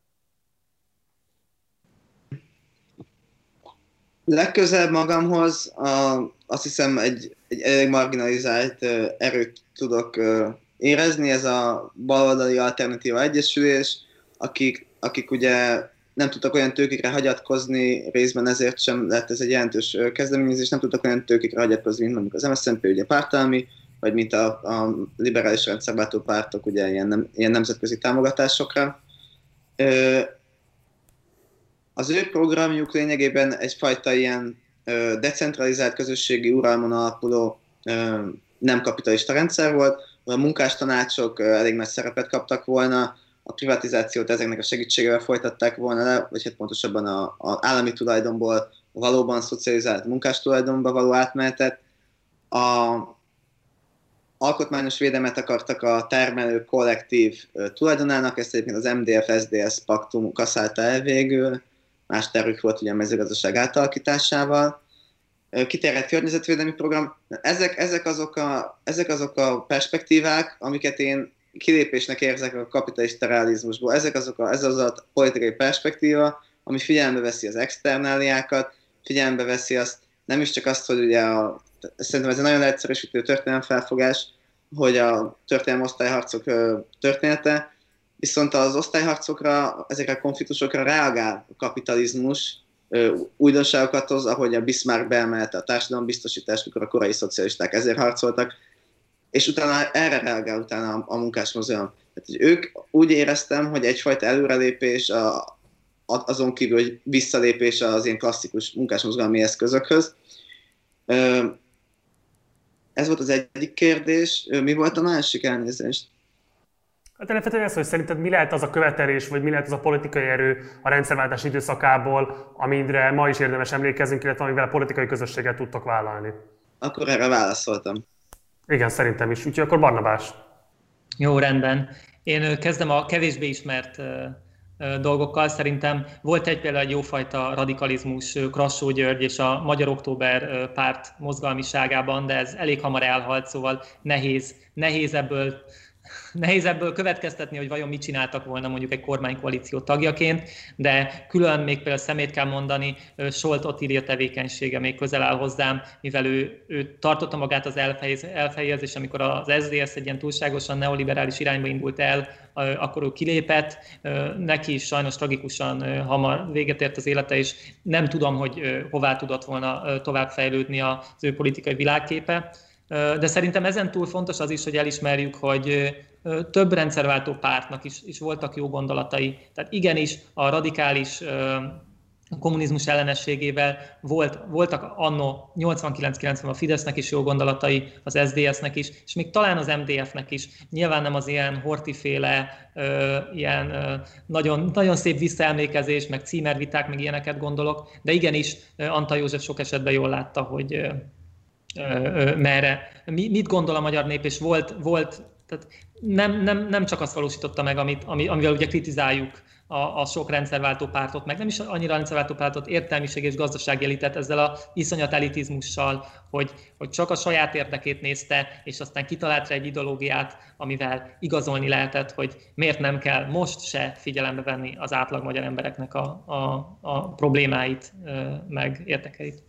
Legközelebb magamhoz a, azt hiszem egy, egy elég marginalizált uh, erőt tudok uh, érezni, ez a baloldali alternatíva egyesülés, akik, akik ugye nem tudtak olyan tőkékre hagyatkozni, részben ezért sem lett ez egy jelentős uh, kezdeményezés, nem tudtak olyan tőkékre hagyatkozni, mint mondjuk az em es zé en pé, ugye pártállami, vagy mint a, a liberális rendszerváltó pártok, ugye ilyen, nem, ilyen nemzetközi támogatásokra. Uh, Az ő programjuk lényegében egyfajta ilyen ö, decentralizált közösségi uralmon alapuló ö, nem kapitalista rendszer volt, a munkástanácsok elég nagy szerepet kaptak volna, a privatizációt ezeknek a segítségével folytatták volna le, vagy hát pontosabban az állami tulajdonból valóban szocializált munkástulajdonba való átmenetet. A alkotmányos védelmet akartak a termelők kollektív tulajdonának, ezt egyébként az em dé ef es dé es paktum kaszálta el végül, más tervük volt ugye a mezőgazdaság átalakításával. Kiterjedt környezetvédelmi program. Ezek, ezek, azok a, ezek azok a perspektívák, amiket én kilépésnek érzek a kapitalista realizmusból. Ezek azok a, ez az a politikai perspektíva, ami figyelembe veszi az externáliákat, figyelembe veszi azt, nem is csak azt, hogy ugye a, szerintem ez egy nagyon leegyszerűsítő történelemfelfogás, hogy a történelmi osztályharcok története, viszont az osztályharcokra, ezekre a konfliktusokra reagál a kapitalizmus, újdonságokat hoz, ahogy a Bismarck beemelte a társadalombiztosítást, mikor a korai szocialisták ezért harcoltak, és utána erre reagál utána a, a munkásmozgalom. Tehát, hogy ők úgy éreztem, hogy egyfajta előrelépés a, a, azon kívül, hogy visszalépés az ilyen klasszikus munkásmozgalmi eszközökhöz. Ez volt az egyik kérdés. Mi volt a másik, elnézést? Hát alapvetően ez, hogy szerinted mi lehet az a követelés, vagy mi lehet az a politikai erő a rendszerváltás időszakából, amire ma is érdemes emlékeznünk, illetve amivel a politikai közösséget tudtok vállalni? Akkor erre válaszoltam. Igen, szerintem is. Úgyhogy akkor Barnabás. Jó, rendben. Én kezdem a kevésbé ismert dolgokkal. Szerintem volt egy például egy jófajta radikalizmus Krassó György és a Magyar Október párt mozgalmiságában, de ez elég hamar elhalt, szóval nehéz, nehéz ebből Nehéz ebből következtetni, hogy vajon mit csináltak volna mondjuk egy kormánykoalíció tagjaként, de külön még például szemét kell mondani, Solt Ottília tevékenysége még közel áll hozzám, mivel ő, ő tartotta magát az elfejhez, és amikor az es zé dé es egy ilyen túlságosan neoliberális irányba indult el, akkor ő kilépett, neki is sajnos tragikusan hamar véget ért az élete, és nem tudom, hogy hová tudott volna tovább fejlődni az ő politikai világképe. De szerintem ezen túl fontos az is, hogy elismerjük, hogy több rendszerváltó pártnak is, is voltak jó gondolatai. Tehát igenis a radikális kommunizmus ellenességével volt, voltak anno nyolcvankilenc kilencvenben a Fidesznek is jó gondolatai, az es zé dé es-nek is, és még talán az em dé ef-nek is. Nyilván nem az ilyen Horthy-féle, ilyen nagyon, nagyon szép visszaemlékezés, meg címerviták, meg ilyeneket gondolok, de igenis Antal József sok esetben jól látta, hogy merre, mit gondol a magyar nép, és volt, volt tehát nem, nem, nem csak azt valósította meg, amit, amivel ugye kritizáljuk a, a sok rendszerváltó pártot, meg nem is annyira rendszerváltó pártot, értelmiség és gazdasági elitet ezzel a iszonyat elitizmussal, hogy, hogy csak a saját érdekét nézte, és aztán kitalált rá egy ideológiát, amivel igazolni lehetett, hogy miért nem kell most se figyelembe venni az átlag magyar embereknek a, a, a problémáit, meg érdekeit.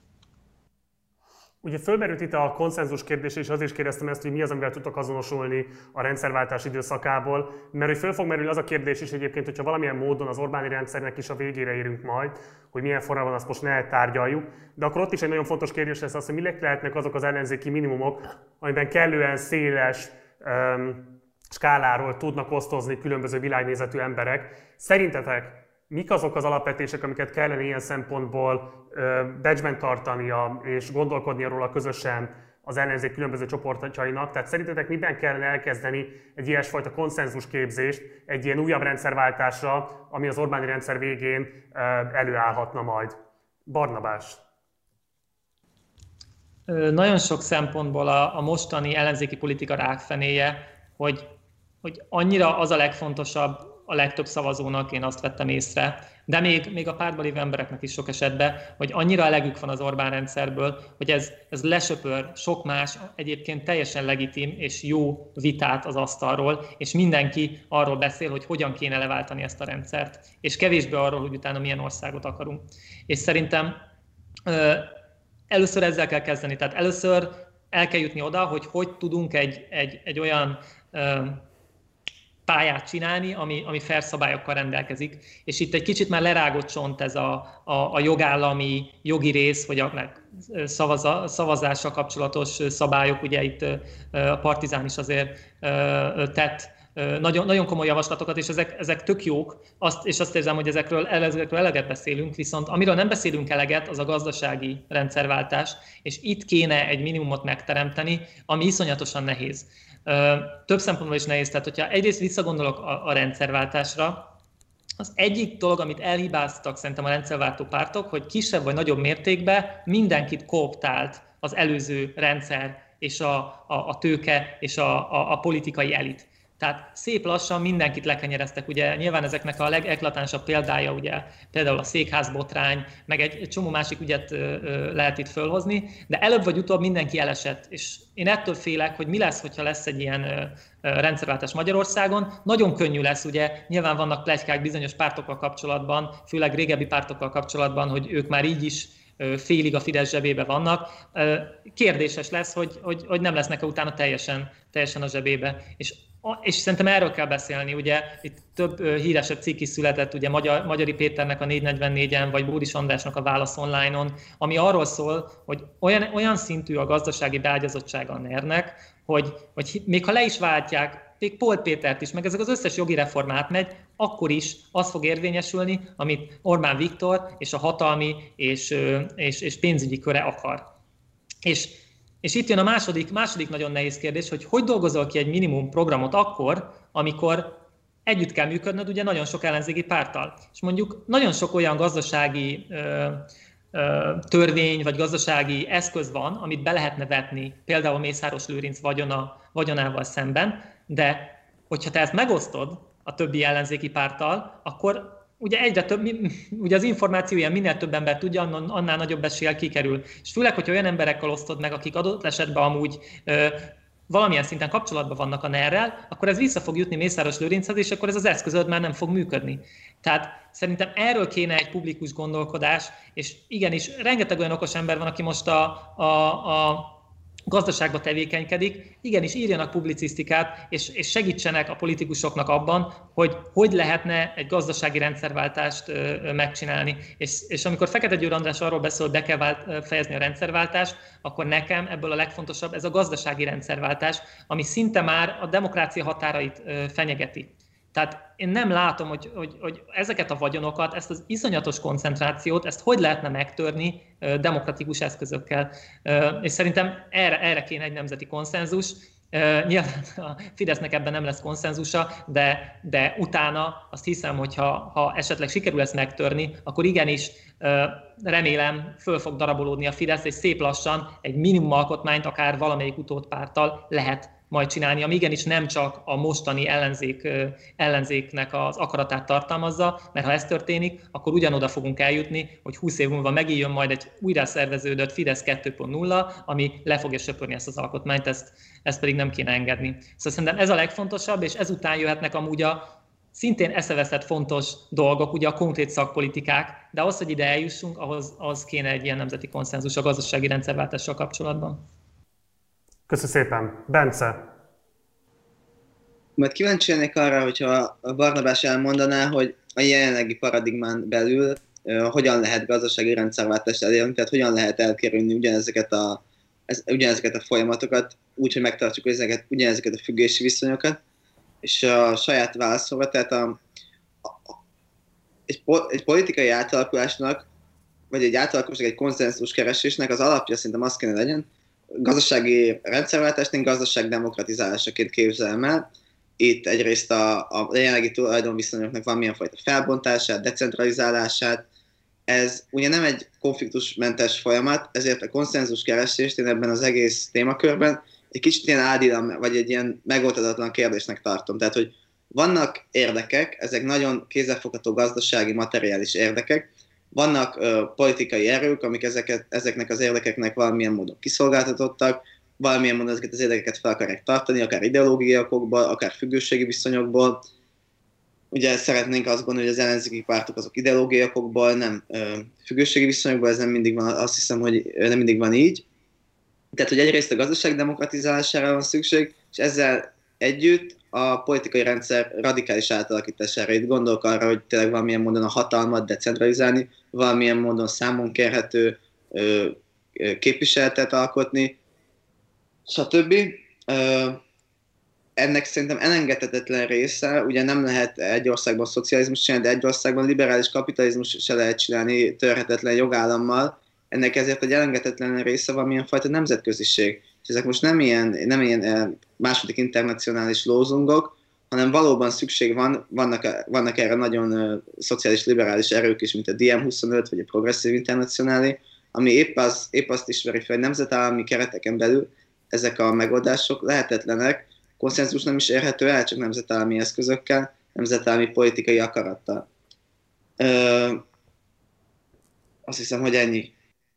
Ugye fölmerült itt a konszenzus kérdés, és azért is kérdeztem ezt, hogy mi az, amivel tudtok azonosulni a rendszerváltás időszakából, mert hogy föl fog merülni az a kérdés is egyébként, hogyha valamilyen módon az Orbáni rendszernek is a végére érünk majd, hogy milyen formában azt most ne tárgyaljuk, de akkor ott is egy nagyon fontos kérdés lesz az, hogy mi lehetnek azok az ellenzéki minimumok, amiben kellően széles um, skáláról tudnak osztozni különböző világnézetű emberek. Szerintetek mik azok az alapvetések, amiket kellene ilyen szempontból becsben tartania és gondolkodnia róla közösen az ellenzék különböző csoportjainak? Tehát szerintetek miben kellene elkezdeni egy ilyesfajta konszenzusképzést egy ilyen újabb rendszerváltásra, ami az Orbáni rendszer végén előállhatna majd? Barnabás. Nagyon sok szempontból a, a mostani ellenzéki politika rákfenéje, hogy, hogy annyira az a legfontosabb a legtöbb szavazónak, én azt vettem észre, de még, még a pártban lévő embereknek is sok esetben, hogy annyira elegük van az Orbán rendszerből, hogy ez, ez lesöpör sok más, egyébként teljesen legitim és jó vitát az asztalról, és mindenki arról beszél, hogy hogyan kéne leváltani ezt a rendszert, és kevésbé arról, hogy utána milyen országot akarunk. És szerintem ö, először ezzel kell kezdeni, tehát először el kell jutni oda, hogy hogy tudunk egy, egy, egy olyan ö, pályát csinálni, ami, ami fair szabályokkal rendelkezik. És itt egy kicsit már lerágott csont ez a, a, a jogállami, jogi rész, vagy a szavaza, szavazással kapcsolatos szabályok. Ugye itt a Partizán is azért tett nagyon, nagyon komoly javaslatokat, és ezek, ezek tök jók, azt, és azt érzem, hogy ezekről, ezekről eleget beszélünk, viszont amiről nem beszélünk eleget, az a gazdasági rendszerváltás, és itt kéne egy minimumot megteremteni, ami iszonyatosan nehéz. Több szempontból is nehéz, tehát hogyha egyrészt visszagondolok a, a rendszerváltásra, az egyik dolog, amit elhibáztak szerintem a rendszerváltó pártok, hogy kisebb vagy nagyobb mértékben mindenkit kooptált az előző rendszer és a, a, a tőke és a, a, a politikai elit. Tehát szép lassan mindenkit lekenyereztek, ugye nyilván ezeknek a legeklatánsabb példája, ugye például a székházbotrány, meg egy, egy csomó másik ügyet ö, ö, lehet itt fölhozni, de előbb vagy utóbb mindenki elesett, és én ettől félek, hogy mi lesz, hogyha lesz egy ilyen ö, ö, rendszerváltás Magyarországon. Nagyon könnyű lesz, ugye nyilván vannak pletykák bizonyos pártokkal kapcsolatban, főleg régebbi pártokkal kapcsolatban, hogy ők már így is félig a Fidesz zsebébe vannak. Kérdéses lesz, hogy, hogy, hogy nem lesznek-e utána teljesen, teljesen a zsebébe. És, és szerintem erről kell beszélni. Ugye itt több híresebb cikk is született, ugye Magyar, Magyari Péternek a négy negyvennégyen, vagy Bódis Andrásnak a Válasz online-on, ami arról szól, hogy olyan, olyan szintű a gazdasági beágyazottsága a NER-nek, hogy, hogy még ha le is váltják, még Polt Pétert is, meg ezek az összes jogi reform átmegy, akkor is az fog érvényesülni, amit Orbán Viktor és a hatalmi és, és, és pénzügyi köre akar. És, és itt jön a második, második nagyon nehéz kérdés, hogy hogy dolgozol ki egy minimum programot akkor, amikor együtt kell működnöd ugye nagyon sok ellenzéki párttal. És mondjuk nagyon sok olyan gazdasági ö, ö, törvény vagy gazdasági eszköz van, amit be lehetne vetni, például Mészáros Lőrinc vagyona, vagyonával szemben, de hogyha te ezt megosztod a többi ellenzéki párttal, akkor ugye egyre több, ugye az információ ilyen minél több ember tudja, annál nagyobb eséllyel kikerül. És főleg, hogyha olyan emberekkel osztod meg, akik adott esetben amúgy ö, valamilyen szinten kapcsolatban vannak a NER-rel, akkor ez vissza fog jutni Mészáros Lőrinchez, és akkor ez az eszközöd már nem fog működni. Tehát szerintem erről kéne egy publikus gondolkodás, és igenis, rengeteg olyan okos ember van, aki most a, a, a gazdaságba tevékenykedik, igenis írjanak publicisztikát, és, és segítsenek a politikusoknak abban, hogy hogy lehetne egy gazdasági rendszerváltást ö, megcsinálni. És, és amikor Fekete Győr András arról beszél, hogy be kell vált, fejezni a rendszerváltást, akkor nekem ebből a legfontosabb ez a gazdasági rendszerváltás, ami szinte már a demokrácia határait ö, fenyegeti. Tehát én nem látom, hogy, hogy, hogy ezeket a vagyonokat, ezt az iszonyatos koncentrációt, ezt hogy lehetne megtörni demokratikus eszközökkel. És szerintem erre, erre kéne egy nemzeti konszenzus. Nyilván a Fidesznek ebben nem lesz konszenzusa, de, de utána azt hiszem, hogy ha, ha esetleg sikerül ezt megtörni, akkor igenis remélem föl fog darabolódni a Fidesz, és szép lassan egy minimum alkotmányt akár valamelyik utódpárttal lehet majd csinálni, ami igenis nem csak a mostani ellenzék, ellenzéknek az akaratát tartalmazza, mert ha ez történik, akkor ugyanoda fogunk eljutni, hogy húsz év múlva megint jön majd egy újra szerveződött Fidesz kettő pont nulla, ami le fogja söpörni ezt az alkotmányt, ezt, ezt pedig nem kéne engedni. Szóval szerintem ez a legfontosabb, és ezután jöhetnek amúgy a szintén eszeveszett fontos dolgok, ugye a konkrét szakpolitikák, de ahhoz, hogy ide eljussunk, ahhoz, ahhoz kéne egy ilyen nemzeti konszenzus a gazdasági rendszerváltással kapcsolatban. Köszönöm szépen. Bence? Majd kíváncsi lennék arra, hogyha a Barnabás elmondaná, hogy a jelenlegi paradigmán belül uh, hogyan lehet gazdasági rendszerváltást elérni, tehát hogyan lehet elkerülni ugyanezeket a, ez, ugyanezeket a folyamatokat, úgy, hogy megtartjuk ezeket, ugyanezeket a függési viszonyokat, és a saját válaszolva, tehát a, a, egy, egy politikai átalakulásnak, vagy egy átalakulásnak, egy konszenzus keresésnek az alapja szerintem az kéne legyen, gazdasági rendszerváltást én gazdaság demokratizálásaként képzelem el. Itt egyrészt a, a jelenlegi tulajdonviszonyoknak valamilyen fajta felbontását, decentralizálását. Ez ugye nem egy konfliktusmentes folyamat, ezért a konszenzus keresést én ebben az egész témakörben egy kicsit ilyen ádilam, vagy egy ilyen megoldhatatlan kérdésnek tartom. Tehát, hogy vannak érdekek, ezek nagyon kézzelfogható gazdasági, materiális érdekek, vannak ö, politikai erők, amik ezeket, ezeknek az érdekeknek valamilyen módon kiszolgáltatottak, valamilyen módon ezeket az érdekeket fel akarják tartani, akár ideológiai okokból, akár függőségi viszonyokból. Ugye szeretnénk azt gondolni, hogy az ellenzéki pártok azok ideológiai okokból, nem ö, függőségi viszonyokból, ez nem mindig van, azt hiszem, hogy nem mindig van így. Tehát, hogy egyrészt a gazdaság demokratizálására van szükség, és ezzel együtt a politikai rendszer radikális átalakítására. Itt gondolok arra, hogy tényleg valamilyen módon a hatalmat decentralizálni, valamilyen módon számon kérhető ö, képviseletet alkotni, stb. Ö, ennek szerintem elengedhetetlen része, ugye nem lehet egy országban szocializmus csinálni, de egy országban liberális kapitalizmus se lehet csinálni törhetetlen jogállammal. Ennek ezért egy elengedhetetlen része valamilyen fajta nemzetköziség. És ezek most nem ilyen, nem ilyen második internacionális lózungok, hanem valóban szükség van, vannak, vannak erre nagyon uh, szociális liberális erők is, mint a dé em huszonöt vagy a Progressive Internationale, ami épp, az, épp azt ismeri fel, hogy nemzetállami kereteken belül ezek a megoldások lehetetlenek, konszenzus nem is érhető el, csak nemzetállami eszközökkel, nemzetállami politikai akarattal. Ö, azt hiszem, hogy ennyi.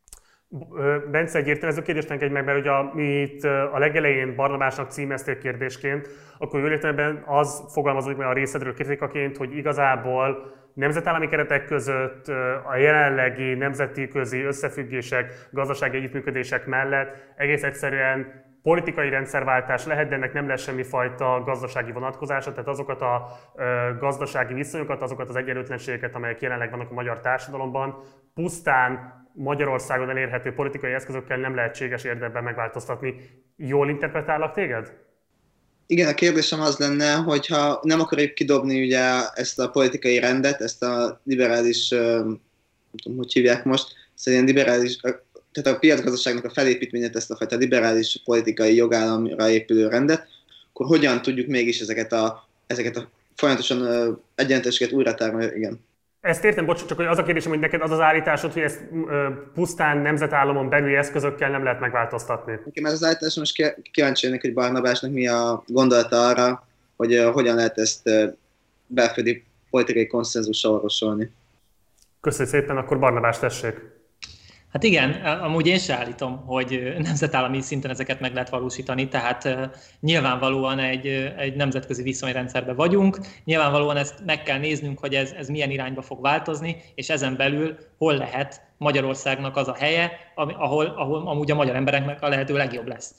Bence, egy értelmező kérdést engedj meg, mert ugye amit a legelején Barnabásnak címezték kérdésként, akkor jól értelemben az fogalmazódik meg a részedről kritikaként, hogy igazából nemzetállami keretek között a jelenlegi nemzeti közi összefüggések, gazdasági együttműködések mellett egész egyszerűen politikai rendszerváltás lehet, de ennek nem lesz semmifajta gazdasági vonatkozása, tehát azokat a gazdasági viszonyokat, azokat az egyenlőtlenségeket, amelyek jelenleg vannak a magyar társadalomban, pusztán Magyarországon elérhető politikai eszközökkel nem lehetséges érdemben megváltoztatni. Jól interpretálok téged? Igen, a kérdésem az lenne, hogyha nem akarjuk kidobni ugye ezt a politikai rendet, ezt a liberális, nem tudom, hogy hívják most, szóval ilyen liberális, tehát a piacgazdaságnak a felépítményét, ezt a fajta liberális politikai jogállamra épülő rendet, akkor hogyan tudjuk mégis ezeket a, ezeket a folyamatosan egyenlőtlenségeket újra tárolni? Igen. Ezt értem, bocs, csak az a kérdésem, hogy neked az az állításod, hogy ezt pusztán nemzetállamon belüli eszközökkel nem lehet megváltoztatni. Nekem ez az állításom, most kíváncsi lennék, hogy Barnabásnak mi a gondolata arra, hogy hogyan lehet ezt belföldi politikai konszenzussal orvosolni. Köszönjük szépen, akkor Barnabás, tessék. Hát igen, amúgy én se állítom, hogy nemzetállami szinten ezeket meg lehet valósítani, tehát nyilvánvalóan egy, egy nemzetközi viszonyrendszerben vagyunk, nyilvánvalóan ezt meg kell néznünk, hogy ez, ez milyen irányba fog változni, és ezen belül hol lehet Magyarországnak az a helye, ahol, ahol amúgy a magyar embereknek a lehető legjobb lesz.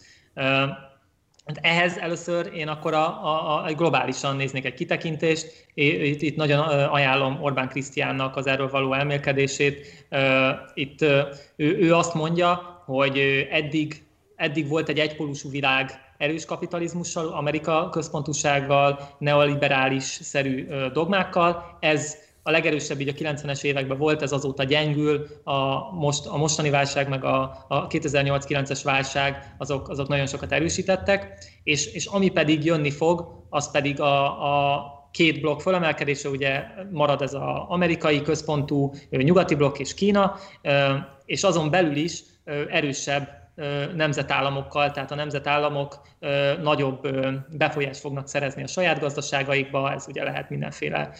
Ehhez először én akkor a, a, a globálisan néznék egy kitekintést. Itt, itt nagyon ajánlom Orbán Krisztiánnak az erről való elmélkedését. Itt ő, ő azt mondja, hogy eddig, eddig volt egy egypólusú világ erős kapitalizmussal, Amerika központúsággal, neoliberális-szerű dogmákkal. Ez a legerősebb így a kilencvenes években volt, ez azóta gyengül, a, most, a mostani válság meg a, a kétezer-nyolc kilences válság azok, azok nagyon sokat erősítettek, és, és ami pedig jönni fog, az pedig a, a két blokk fölemelkedése, ugye marad ez az amerikai központú nyugati blokk és Kína, és azon belül is erősebb nemzetállamokkal, tehát a nemzetállamok nagyobb befolyást fognak szerezni a saját gazdaságaikba, ez ugye lehet mindenféle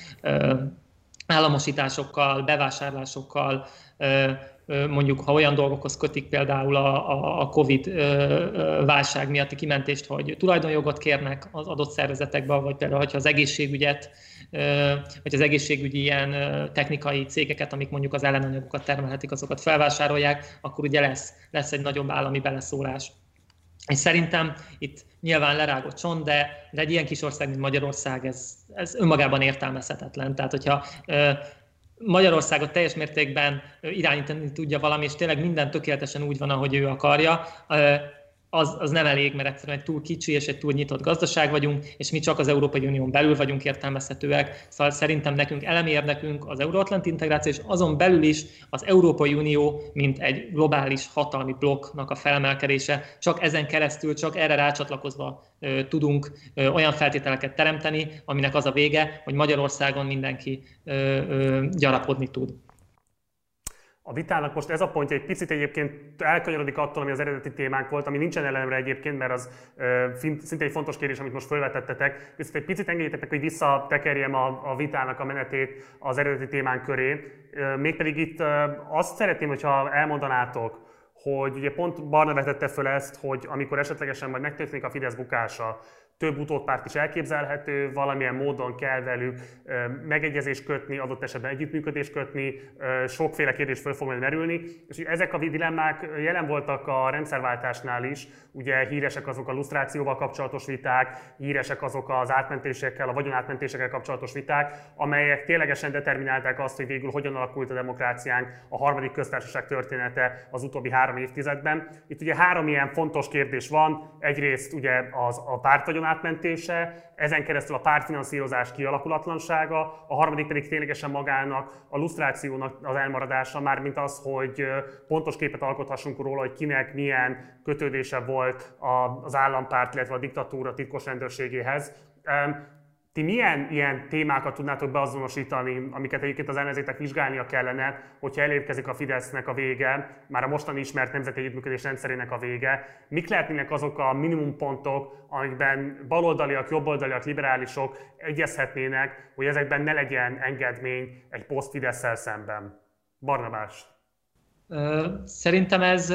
államosításokkal, bevásárlásokkal, mondjuk ha olyan dolgokhoz kötik például a, a Covid válság miatti kimentést, hogy tulajdonjogot kérnek az adott szervezetekbe, vagy például, hogyha az egészségügyet, vagy az egészségügyi ilyen technikai cégeket, amik mondjuk az ellenanyagokat termelhetik, azokat felvásárolják, akkor ugye lesz, lesz egy nagyobb állami beleszólás. És szerintem itt nyilván lerágott csont, de, de egy ilyen kis ország, mint Magyarország, ez, ez önmagában értelmezhetetlen. Tehát, hogyha e, Magyarországot teljes mértékben irányítani tudja valami, és tényleg minden tökéletesen úgy van, ahogy ő akarja, e, az, az nem elég, mert egyszerűen egy túl kicsi és egy túl nyitott gazdaság vagyunk, és mi csak az Európai Unión belül vagyunk értelmezhetőek. Szóval szerintem nekünk elemi érdekünk az euróatlanti integráció, és azon belül is az Európai Unió, mint egy globális hatalmi blokknak a felemelkedése, csak ezen keresztül, csak erre rácsatlakozva ö, tudunk ö, olyan feltételeket teremteni, aminek az a vége, hogy Magyarországon mindenki ö, ö, gyarapodni tud. A vitának most ez a pontja egy picit egyébként elkanyarodik attól, ami az eredeti témánk volt, ami nincsen ellenemre egyébként, mert az uh, szinte egy fontos kérdés, amit most felvetettetek. Viszont egy picit engedjétek meg, hogy visszatekerjem a, a vitának a menetét az eredeti témánk köré. Uh, mégpedig itt uh, azt szeretném, hogyha elmondanátok, hogy ugye pont Barna vetette föl ezt, hogy amikor esetlegesen majd megtörténik a Fidesz bukása, több utódpárt is elképzelhető, valamilyen módon kell velük megegyezést kötni, adott esetben együttműködést kötni, sokféle kérdés föl fog majd merülni. És ezek a dilemmák jelen voltak a rendszerváltásnál is, ugye híresek azok a lusztrációval kapcsolatos viták, híresek azok az átmentésekkel, a vagyonátmentésekkel kapcsolatos viták, amelyek ténylegesen determinálták azt, hogy végül hogyan alakult a demokráciánk, a harmadik köztársaság története az utóbbi három évtizedben. Itt ugye három ilyen fontos kérdés van, egyrészt ugye az, a pártvagyonátmentés, átmentése, ezen keresztül a pártfinanszírozás kialakulatlansága, a harmadik pedig ténylegesen magának, a lusztrációnak az elmaradása, mármint az, hogy pontos képet alkothassunk róla, hogy kinek milyen kötődése volt az állampárt, illetve a diktatúra titkos rendőrségéhez. Ti milyen ilyen témákat tudnátok beazonosítani, amiket egyébként az ellenzéknek vizsgálnia kellene, hogyha elérkezik a Fidesznek a vége, már a mostani ismert nemzeti együttműködés rendszerének a vége? Mik lehetnének azok a minimumpontok, amikben baloldaliak, jobboldaliak, liberálisok egyezhetnének, hogy ezekben ne legyen engedmény egy poszt-Fidesszel szemben? Barnabás. Szerintem ez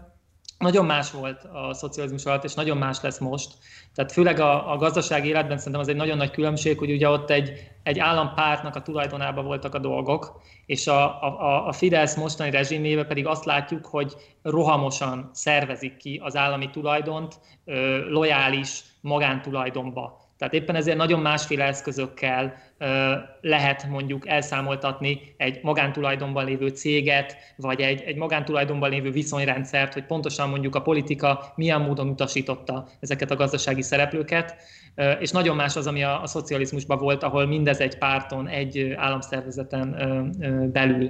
nagyon más volt a szocializmus alatt, és nagyon más lesz most. Tehát főleg a, a gazdasági életben szerintem az egy nagyon nagy különbség, hogy ugye ott egy, egy állampártnak a tulajdonában voltak a dolgok, és a, a, a Fidesz mostani rezsimjében pedig azt látjuk, hogy rohamosan szervezik ki az állami tulajdont ö, lojális magántulajdonba. Tehát éppen ezért nagyon másféle eszközökkel ö, lehet mondjuk elszámoltatni egy magántulajdonban lévő céget, vagy egy, egy magántulajdonban lévő viszonyrendszert, hogy pontosan mondjuk a politika milyen módon utasította ezeket a gazdasági szereplőket. Ö, és nagyon más az, ami a, a szocializmusban volt, ahol mindez egy párton, egy államszervezeten ö, ö, belül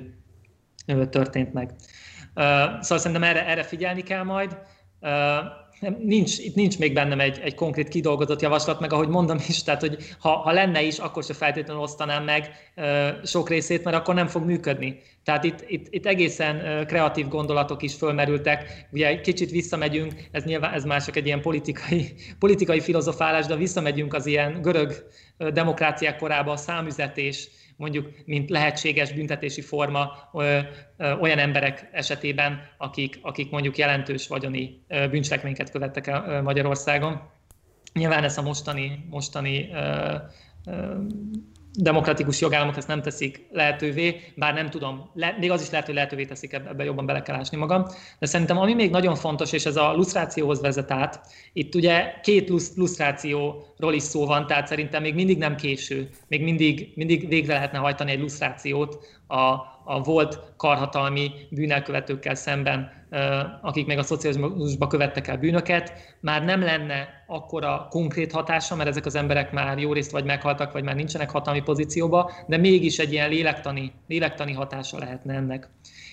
ö, történt meg. Ö, szóval szerintem erre, erre figyelni kell majd. Ö, Nincs, itt nincs még bennem egy, egy konkrét kidolgozott javaslat, meg ahogy mondom is, tehát hogy ha, ha lenne is, akkor se feltétlenül osztanám meg ö, sok részét, mert akkor nem fog működni. Tehát itt, itt, itt egészen ö, kreatív gondolatok is fölmerültek. Ugye egy kicsit visszamegyünk, ez nyilván ez már csak egy ilyen politikai, politikai filozofálás, de visszamegyünk az ilyen görög ö, demokráciák korába, a számüzetés, mondjuk, mint lehetséges büntetési forma ö, ö, olyan emberek esetében, akik, akik mondjuk jelentős vagyoni ö, bűncselekményeket követtek el ö, Magyarországon. Nyilván ez a mostani, mostani ö, ö, demokratikus jogállamok ezt nem teszik lehetővé, bár nem tudom, le, még az is lehet, hogy lehetővé teszik, ebben jobban bele kell ásni magam. De szerintem ami még nagyon fontos, és ez a lusztrációhoz vezet át, itt ugye két lusztrációról is szó van, tehát szerintem még mindig nem késő, még mindig, mindig végre lehetne hajtani egy lusztrációt a, a volt karhatalmi bűnelkövetőkkel szemben, akik még a szocializmusban követtek el bűnöket, már nem lenne akkora konkrét hatása, mert ezek az emberek már jó részt vagy meghaltak, vagy már nincsenek hatalmi pozícióba, de mégis egy ilyen lélektani, lélektani hatása lehetne ennek.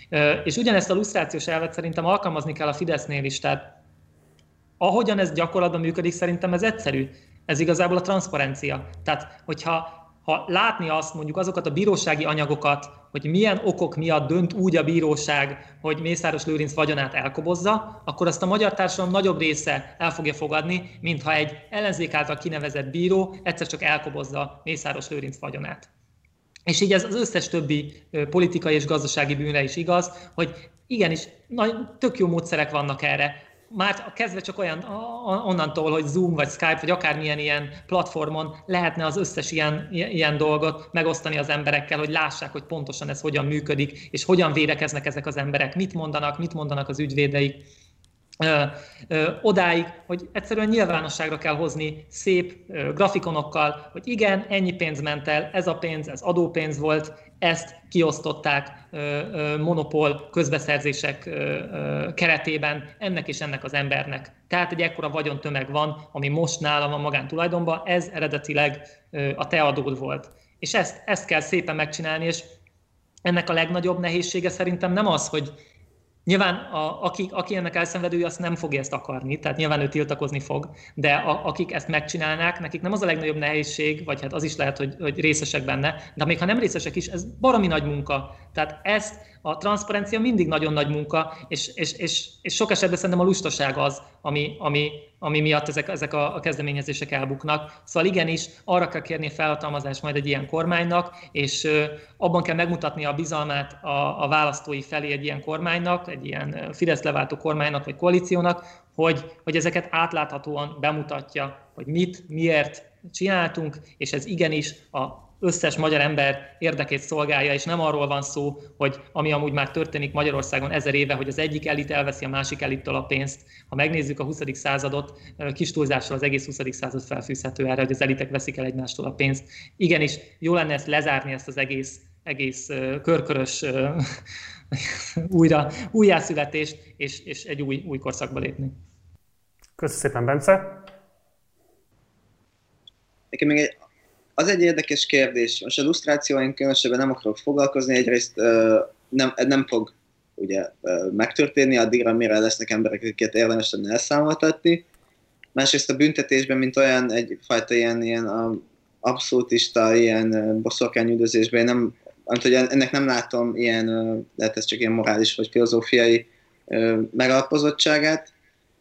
És ugyanezt a lusztrációs elvet szerintem alkalmazni kell a Fidesznél is, tehát ahogyan ez gyakorlatban működik, szerintem ez egyszerű. Ez igazából a transzparencia. Tehát, hogyha ha látni azt, mondjuk azokat a bírósági anyagokat, hogy milyen okok miatt dönt úgy a bíróság, hogy Mészáros Lőrinc vagyonát elkobozza, akkor azt a magyar társadalom nagyobb része el fogja fogadni, mintha egy ellenzék által kinevezett bíró egyszer csak elkobozza Mészáros Lőrinc vagyonát. És így ez az összes többi politikai és gazdasági bűnre is igaz, hogy igenis, tök jó módszerek vannak erre. Már kezdve csak olyan onnantól, hogy Zoom vagy Skype, vagy akármilyen ilyen platformon lehetne az összes ilyen, ilyen dolgot megosztani az emberekkel, hogy lássák, hogy pontosan ez hogyan működik, és hogyan védekeznek ezek az emberek, mit mondanak, mit mondanak az ügyvédeik. Ö, ö, odáig, hogy egyszerűen nyilvánosságra kell hozni szép ö, grafikonokkal, hogy igen, ennyi pénz ment el, ez a pénz, ez adópénz volt, ezt kiosztották ö, ö, monopól közbeszerzések ö, ö, keretében ennek és ennek az embernek. Tehát egy ekkora vagyontömeg van, ami most nálam van magántulajdonban, ez eredetileg ö, a te adód volt. És ezt, ezt kell szépen megcsinálni, és ennek a legnagyobb nehézsége szerintem nem az, hogy nyilván a, aki, aki ennek elszenvedője, azt nem fogja ezt akarni, tehát nyilván ő tiltakozni fog, de a, akik ezt megcsinálnák, nekik nem az a legnagyobb nehézség, vagy hát az is lehet, hogy, hogy részesek benne, de még ha nem részesek is, ez baromi nagy munka. Tehát ezt a transzparencia mindig nagyon nagy munka, és, és, és, és sok esetben szerintem a lustaság az, ami, ami, ami miatt ezek, ezek a, a kezdeményezések elbuknak. Szóval igenis, arra kell kérni a felhatalmazást majd egy ilyen kormánynak, és ö, abban kell megmutatni a bizalmát a, a választói felé egy ilyen kormánynak, egy ilyen Fidesz leváltó kormánynak vagy koalíciónak, hogy, hogy ezeket átláthatóan bemutatja, hogy mit, miért csináltunk, és ez igenis a összes magyar ember érdekét szolgálja, és nem arról van szó, hogy ami amúgy már történik Magyarországon ezer éve, hogy az egyik elit elveszi a másik elittől a pénzt. Ha megnézzük a huszadik századot, kis túlzással az egész huszadik század felfűzhető erre, hogy az elitek veszik el egymástól a pénzt. Igenis, jó lenne ezt lezárni, ezt az egész, egész körkörös újra, újjászületést, és, és egy új, új korszakba lépni. Köszönöm szépen, Bence! nekem még egy, az egy érdekes kérdés. Most a lusztrációink különösebben nem akarok foglalkozni, egyrészt uh, nem, nem fog ugye, uh, megtörténni addigra, mire lesznek emberek, akiket érdemes lenne elszámoltatni. Másrészt a büntetésben, mint olyan egyfajta ilyen, ilyen uh, abszolútista, ilyen uh, boszorkányüldözésben, nem, hogy ennek nem látom ilyen, uh, lehet ez csak ilyen morális vagy filozófiai uh, megalapozottságát.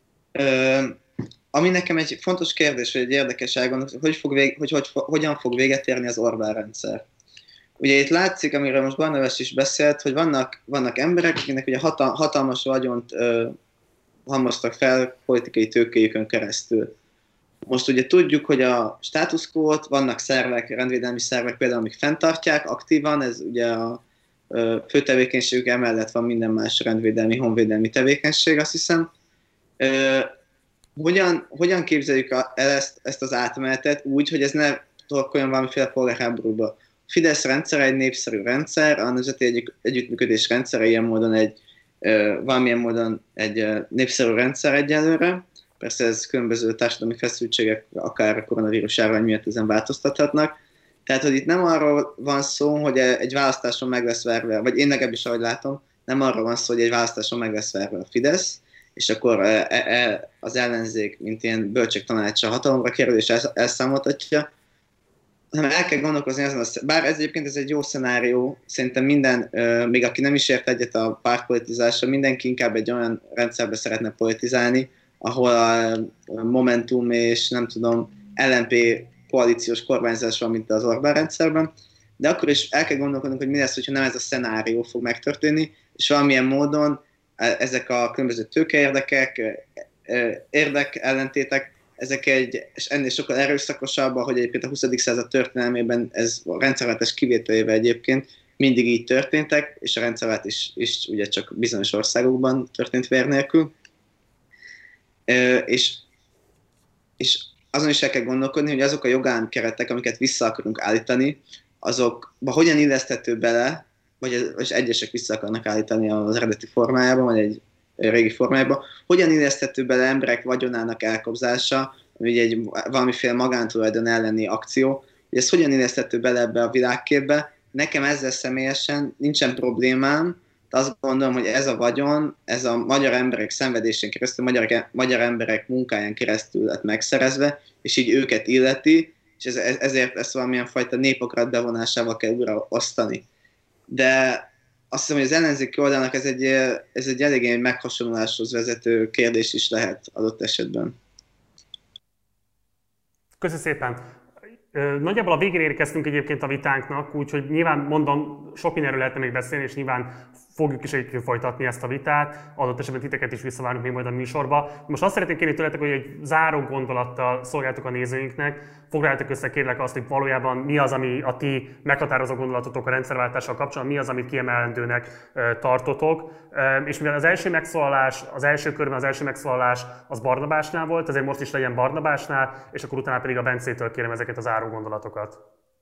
Uh, ami nekem egy fontos kérdés, vagy egy érdekes elgondolás, hogy, fog vég, hogy, hogy hogyan fog véget érni az Orbán rendszer. Ugye itt látszik, amiről most Barnabás is beszélt, hogy vannak, vannak emberek, akiknek ugye hatal, hatalmas vagyont uh, halmoztak fel politikai tőkéjükön keresztül. Most ugye tudjuk, hogy a status quo-t vannak szervek, rendvédelmi szervek például, amik fenntartják aktívan, ez ugye a uh, fő tevékenységük emellett van minden más rendvédelmi, honvédelmi tevékenység, azt hiszem. Uh, Hogyan, hogyan képzeljük el ezt, ezt az átmenetet úgy, hogy ez ne torkoljon valamiféle polgárháborúba? A Fidesz rendszer egy népszerű rendszer, a nemzeti egy, együttműködés rendszere ilyen módon egy, uh, valamilyen módon egy uh, népszerű rendszer egyelőre. Persze ez különböző társadalmi feszültségek, akár a koronavírus járvány miatt ezen változtathatnak. Tehát, hogy itt nem arról van szó, hogy egy választáson meg lesz verve, vagy én legalábbis ahogy látom, nem arról van szó, hogy egy választáson meg lesz verve a Fidesz, és akkor e, e, az ellenzék, mint ilyen bölcsek tanácsa hatalomra kerül és elszámoltatja, hanem el kell gondolkozni azon, a, bár ez egyébként ez egy jó szenárió, szerintem minden, euh, még aki nem is ért egyet a pártpolitizásra, mindenki inkább egy olyan rendszerbe szeretne politizálni, ahol a Momentum és nem tudom, el en pé koalíciós kormányzás van, mint az Orbán rendszerben, de akkor is el kell gondolkodnunk, hogy mi lesz, hogyha nem ez a szenárió fog megtörténni, és valamilyen módon ezek a különböző tőkeérdekek, érdekellentétek, ezek egy, és ennél sokkal erőszakosabb, ahogy egyébként a huszadik század történelmében ez a rendszerváltás kivételével egyébként mindig így történtek, és a rendszerváltás is, is ugye csak bizonyos országokban történt vér nélkül. És, és azon is el kell gondolkodni, hogy azok a jogállamkeretek, amiket vissza akarunk állítani, azokba hogyan illeszthető bele, vagy az egyesek vissza akarnak állítani az eredeti formájában, vagy egy régi formájában, hogyan illeszthető bele emberek vagyonának elkobzása, ami egy valamiféle magántulajdon elleni akció, hogy ez hogyan illeszthető bele ebbe a világképbe. Nekem ezzel személyesen nincsen problémám, de azt gondolom, hogy ez a vagyon, ez a magyar emberek szenvedésén keresztül, magyar, magyar emberek munkáján keresztül lett megszerezve, és így őket illeti, és ez, ezért ezt valamilyen fajta népokrat bevonásával kell újra osztani. De azt hiszem, hogy az ellenzéki oldalnak ez egy, ez egy eléggé meghasonláshoz vezető kérdés is lehet adott esetben. Köszönöm szépen! Nagyjából a végén érkeztünk egyébként a vitánknak, úgyhogy nyilván mondom, sok mindenről lehetne még beszélni, és nyilván fogjuk is egyébként folytatni ezt a vitát, adott esetben titeket is visszavárunk még majd a műsorba. Most azt szeretném kérni tőletek, hogy egy záró gondolattal szolgáltok a nézőinknek, foglaljátok össze kérlek azt, hogy valójában mi az, ami a ti meghatározó gondolatotok a rendszerváltással kapcsolatban, mi az, amit kiemelendőnek tartotok. És mivel az első megszólalás, az első körben az első megszólalás az Barnabásnál volt, ezért most is legyen Barnabásnál, és akkor utána pedig a Bencétől kérem ezeket a záró gondolatokat.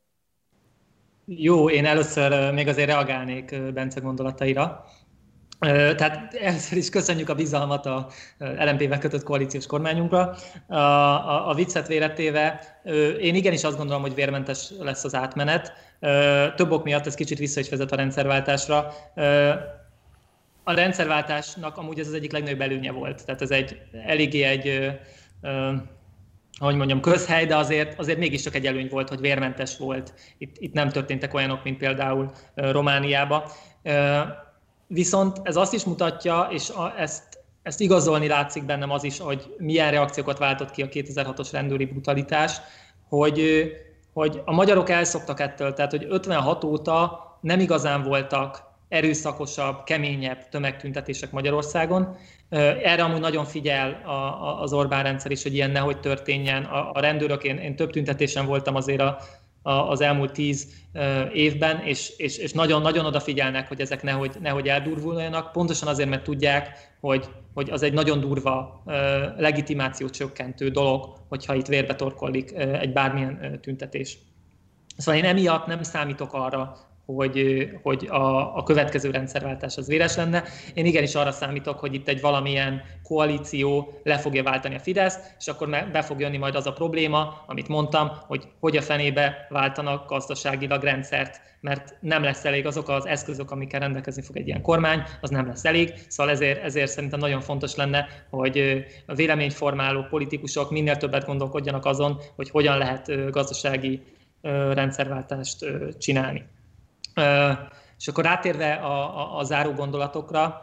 Jó, én először még azért reagálnék Bence gondolataira. Tehát először is köszönjük a bizalmat a el en pé-vel kötött koalíciós kormányunkra. A, a, a viccet véretéve, én igenis azt gondolom, hogy vérmentes lesz az átmenet. Több ok miatt ez kicsit vissza is vezet a rendszerváltásra. A rendszerváltásnak amúgy ez az egyik legnagyobb előnye volt. Tehát ez egy eléggé egy, ahogy mondjam, közhely, de azért, azért mégiscsak egy előny volt, hogy vérmentes volt. Itt, itt nem történtek olyanok, mint például Romániában. Viszont ez azt is mutatja, és ezt, ezt igazolni látszik bennem az is, hogy milyen reakciókat váltott ki a kétezer-hatos rendőri brutalitás, hogy, hogy a magyarok elszoktak ettől, tehát hogy ötvenhat óta nem igazán voltak erőszakosabb, keményebb tömegtüntetések Magyarországon. Erre amúgy nagyon figyel a, a, az Orbán rendszer is, hogy ilyen nehogy történjen. A, a rendőrök, én, én több tüntetésen voltam azért a, a, az elmúlt tíz évben, és, és, és nagyon, nagyon odafigyelnek, hogy ezek nehogy, nehogy eldurvuljanak, pontosan azért, mert tudják, hogy, hogy az egy nagyon durva legitimáció csökkentő dolog, hogyha itt vérbe torkollik egy bármilyen tüntetés. Szóval én emiatt nem számítok arra, hogy, hogy a, a következő rendszerváltás az véres lenne. Én igenis arra számítok, hogy itt egy valamilyen koalíció le fogja váltani a Fideszt, és akkor be fog jönni majd az a probléma, amit mondtam, hogy hogy a fenébe váltanak gazdaságilag rendszert, mert nem lesz elég azok az eszközök, amikkel rendelkezni fog egy ilyen kormány, az nem lesz elég. Szóval ezért, ezért szerintem nagyon fontos lenne, hogy a véleményformáló politikusok minél többet gondolkodjanak azon, hogy hogyan lehet gazdasági rendszerváltást csinálni. És akkor rátérve a, a, a záró gondolatokra,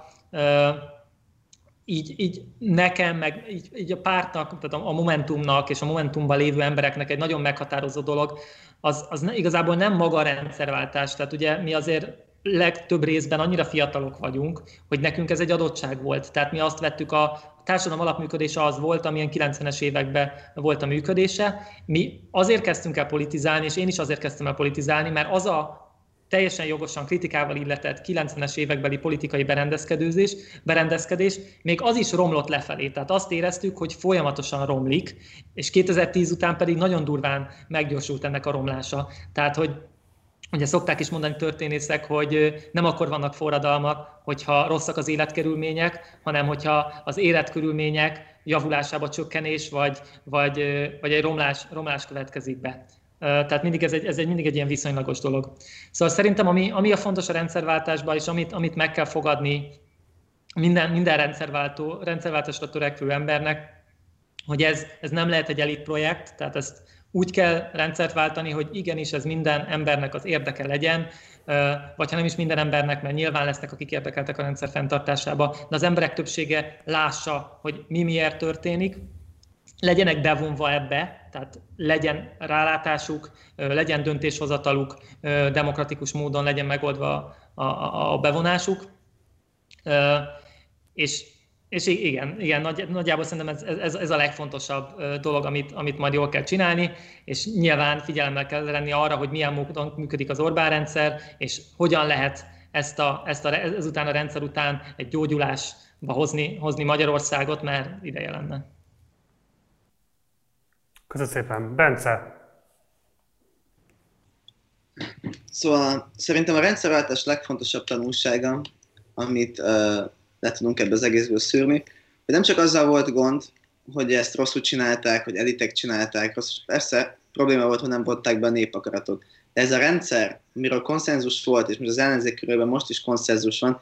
így, így nekem, meg így, így a pártnak, tehát a Momentumnak és a Momentumban lévő embereknek egy nagyon meghatározó dolog, az, az igazából nem maga a rendszerváltás. Tehát ugye mi azért legtöbb részben annyira fiatalok vagyunk, hogy nekünk ez egy adottság volt. Tehát mi azt vettük, a társadalom alapműködése az volt, amilyen kilencvenes években volt a működése. Mi azért kezdtünk el politizálni, és én is azért kezdtem el politizálni, mert az a teljesen jogosan kritikával illetett kilencvenes évekbeli politikai berendezkedés, berendezkedés, még az is romlott lefelé. Tehát azt éreztük, hogy folyamatosan romlik, és kétezer-tíz után pedig nagyon durván meggyorsult ennek a romlása. Tehát, hogy ugye szokták is mondani történészek, hogy nem akkor vannak forradalmak, hogyha rosszak az életkörülmények, hanem hogyha az életkörülmények javulásába csökkenés, vagy, vagy, vagy egy romlás, romlás következik be. Tehát mindig ez, egy, ez egy, mindig egy ilyen viszonylagos dolog. Szóval szerintem ami, ami a fontos a rendszerváltásban, és amit, amit meg kell fogadni minden, minden rendszerváltó, rendszerváltásra törekvő embernek, hogy ez, ez nem lehet egy elit projekt, tehát ezt úgy kell rendszert váltani, hogy igenis ez minden embernek az érdeke legyen, vagy ha nem is minden embernek, mert nyilván lesznek, akik érdekeltek a rendszer fenntartásába, de az emberek többsége lássa, hogy mi miért történik, legyenek bevonva ebbe, tehát legyen rálátásuk, legyen döntéshozataluk, demokratikus módon legyen megoldva a, a, a bevonásuk. És, és igen, igen nagy, nagyjából szerintem ez, ez, ez a legfontosabb dolog, amit, amit majd jól kell csinálni, és nyilván figyelemmel kell lenni arra, hogy milyen módon működik az Orbán rendszer, és hogyan lehet ezt a, ezt a, ezután a rendszer után egy gyógyulásba hozni, hozni Magyarországot, mert ideje lenne. Köszönöm szépen. Bence? Szóval szerintem a rendszerváltás legfontosabb tanulsága, amit uh, le tudunk ebből az egészből szűrni, hogy nem csak azzal volt gond, hogy ezt rosszul csinálták, hogy elitek csinálták, rossz, persze probléma volt, hogy nem vonták be a népakaratot. De ez a rendszer, amiről konszenzus volt, és most az ellenzék körülben most is konszenzus van,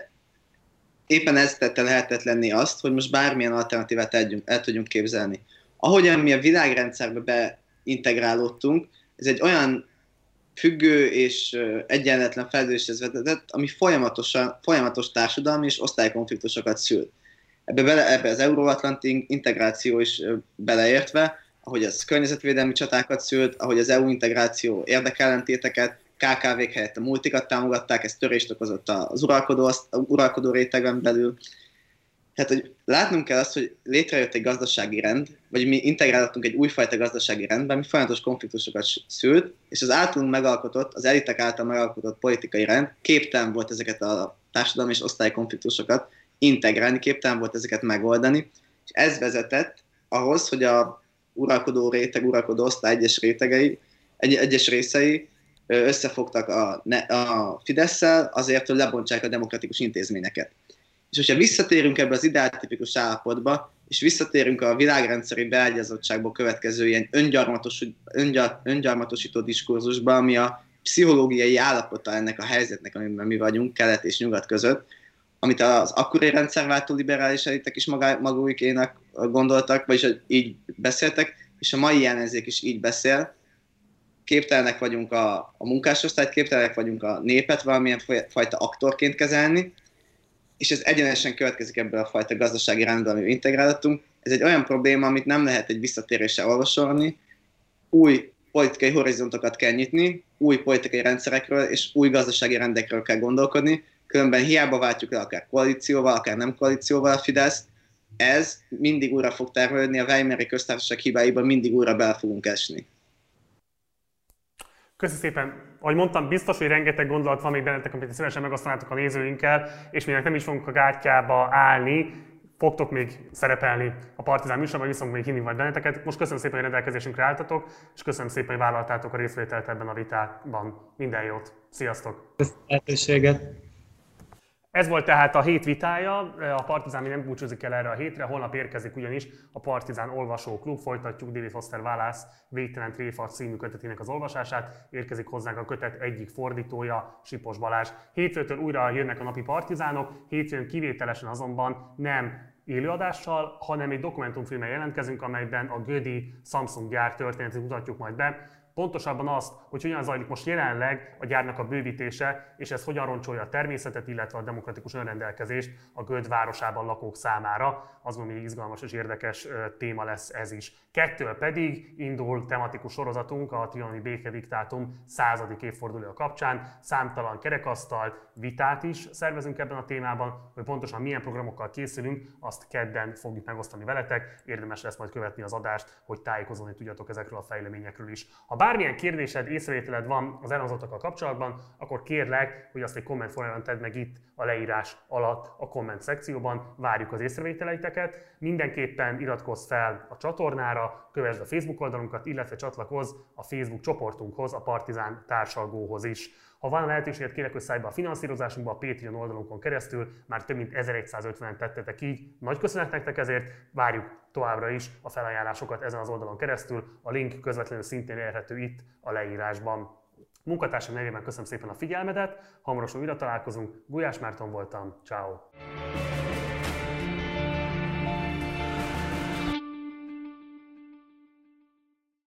éppen ez tette lehetetlenné azt, hogy most bármilyen alternatívát el, el tudjunk képzelni. Ahogyan mi a világrendszerbe beintegrálódtunk, ez egy olyan függő és egyenletlen fejlődéshez vezetett, ami folyamatosan, folyamatos társadalmi és osztálykonfliktusokat szül. Ebbe, bele, ebbe az euróatlanti integráció is beleértve, ahogy az környezetvédelmi csatákat szült, ahogy az é u integráció érdekellentéteket, ká ká vék helyett a multikat támogatták, ez törést okozott az uralkodó, uralkodó rétegen belül. Tehát, hogy látnunk kell azt, hogy létrejött egy gazdasági rend, vagy mi integráltunk egy újfajta gazdasági rendben, ami folyamatos konfliktusokat szült, és az általunk megalkotott, az elitek által megalkotott politikai rend képtelen volt ezeket a társadalmi és osztálykonfliktusokat integrálni, képtelen volt ezeket megoldani, és ez vezetett ahhoz, hogy a uralkodó réteg, uralkodó osztály egyes rétegei, egy, egyes részei összefogtak a, a Fidesszel azért, hogy lebontsák a demokratikus intézményeket. És hogyha visszatérünk ebbe az ideáltipikus állapotba, és visszatérünk a világrendszeri beágyazottságból következő ilyen öngyarmatos, öngyar, öngyarmatosító diskurzusba, ami a pszichológiai állapota ennek a helyzetnek, amiben mi vagyunk, kelet és nyugat között, amit az akkori rendszerváltó liberális elitek is magukénak gondoltak, vagyis így beszéltek, és a mai ellenzék is így beszél. Képtelenek vagyunk a, a munkásosztályt, képtelenek vagyunk a népet valamilyen fajta aktorként kezelni, és ez egyenesen következik ebből a fajta gazdasági rendből, amivel integrálottunk. Ez egy olyan probléma, amit nem lehet egy visszatéréssel olvasolni. Új politikai horizontokat kell nyitni, új politikai rendszerekről és új gazdasági rendekről kell gondolkodni, különben hiába váltjuk le akár koalícióval, akár nem koalícióval a Fidesz, ez mindig újra fog termelődni, a Weimari köztársaság hibáiban mindig újra bele fogunk esni. Köszönöm szépen! Ahogy mondtam, biztos, hogy rengeteg gondolat van még bennetek, amit szívesen megosztanátok a nézőinkkel, és minek nem is fogunk a gátjába állni, fogtok még szerepelni a Partizán műsorban, viszont még hinni majd benneteket. Most köszönöm szépen, hogy rendelkezésünkre álltatok, és köszönöm szépen, hogy vállaltátok a részvételt ebben a vitában. Minden jót! Sziasztok! Köszönöm. Ez volt tehát a hét vitája, a Partizán még nem búcsúzik el erre a hétre, holnap érkezik ugyanis a Partizán Olvasó Klub, folytatjuk David Foster Wallace Végtelen tréfa című kötetének az olvasását, érkezik hozzánk a kötet egyik fordítója, Sipos Balázs. Hétfőtől újra jönnek a napi partizánok, hétfőn kivételesen azonban nem élőadással, hanem egy dokumentumfilmmel jelentkezünk, amelyben a Gödi Samsung gyár történetét mutatjuk majd be. Pontosabban azt, hogy hogyan zajlik most jelenleg a gyárnak a bővítése, és ez hogyan roncsolja a természetet, illetve a demokratikus önrendelkezést a Göd városában lakók számára. Azt gondolom, hogy izgalmas és érdekes téma lesz ez is. Kettől pedig indul tematikus sorozatunk a trianoni békediktátum századik évfordulója kapcsán. Számtalan kerekasztal, vitát is szervezünk ebben a témában, hogy pontosan milyen programokkal készülünk, azt kedden fogjuk megosztani veletek. Érdemes lesz majd követni az adást, hogy tájékozódni tudjatok ezekről a fejleményekről is. Ha bármilyen kérdésed, észrevételed van az elhangzottakkal kapcsolatban, akkor kérlek, hogy azt egy komment formában tedd meg itt a leírás alatt a komment szekcióban. Várjuk az észrevételeiteket. Mindenképpen iratkozz fel a csatornára, kövesd a Facebook oldalunkat, illetve csatlakozz a Facebook csoportunkhoz, a Partizán társalgóhoz is. Ha van lehetőséget, kérek, hogy szállj be a finanszírozásunkba a Patreon oldalunkon keresztül, már több mint ezeregyszázötvenen tettetek így. Nagy köszönet nektek ezért, várjuk továbbra is a felajánlásokat ezen az oldalon keresztül. A link közvetlenül szintén elérhető itt a leírásban. Munkatársam nevében köszönöm szépen a figyelmedet, hamarosan újra találkozunk. Gulyás Márton voltam, ciao.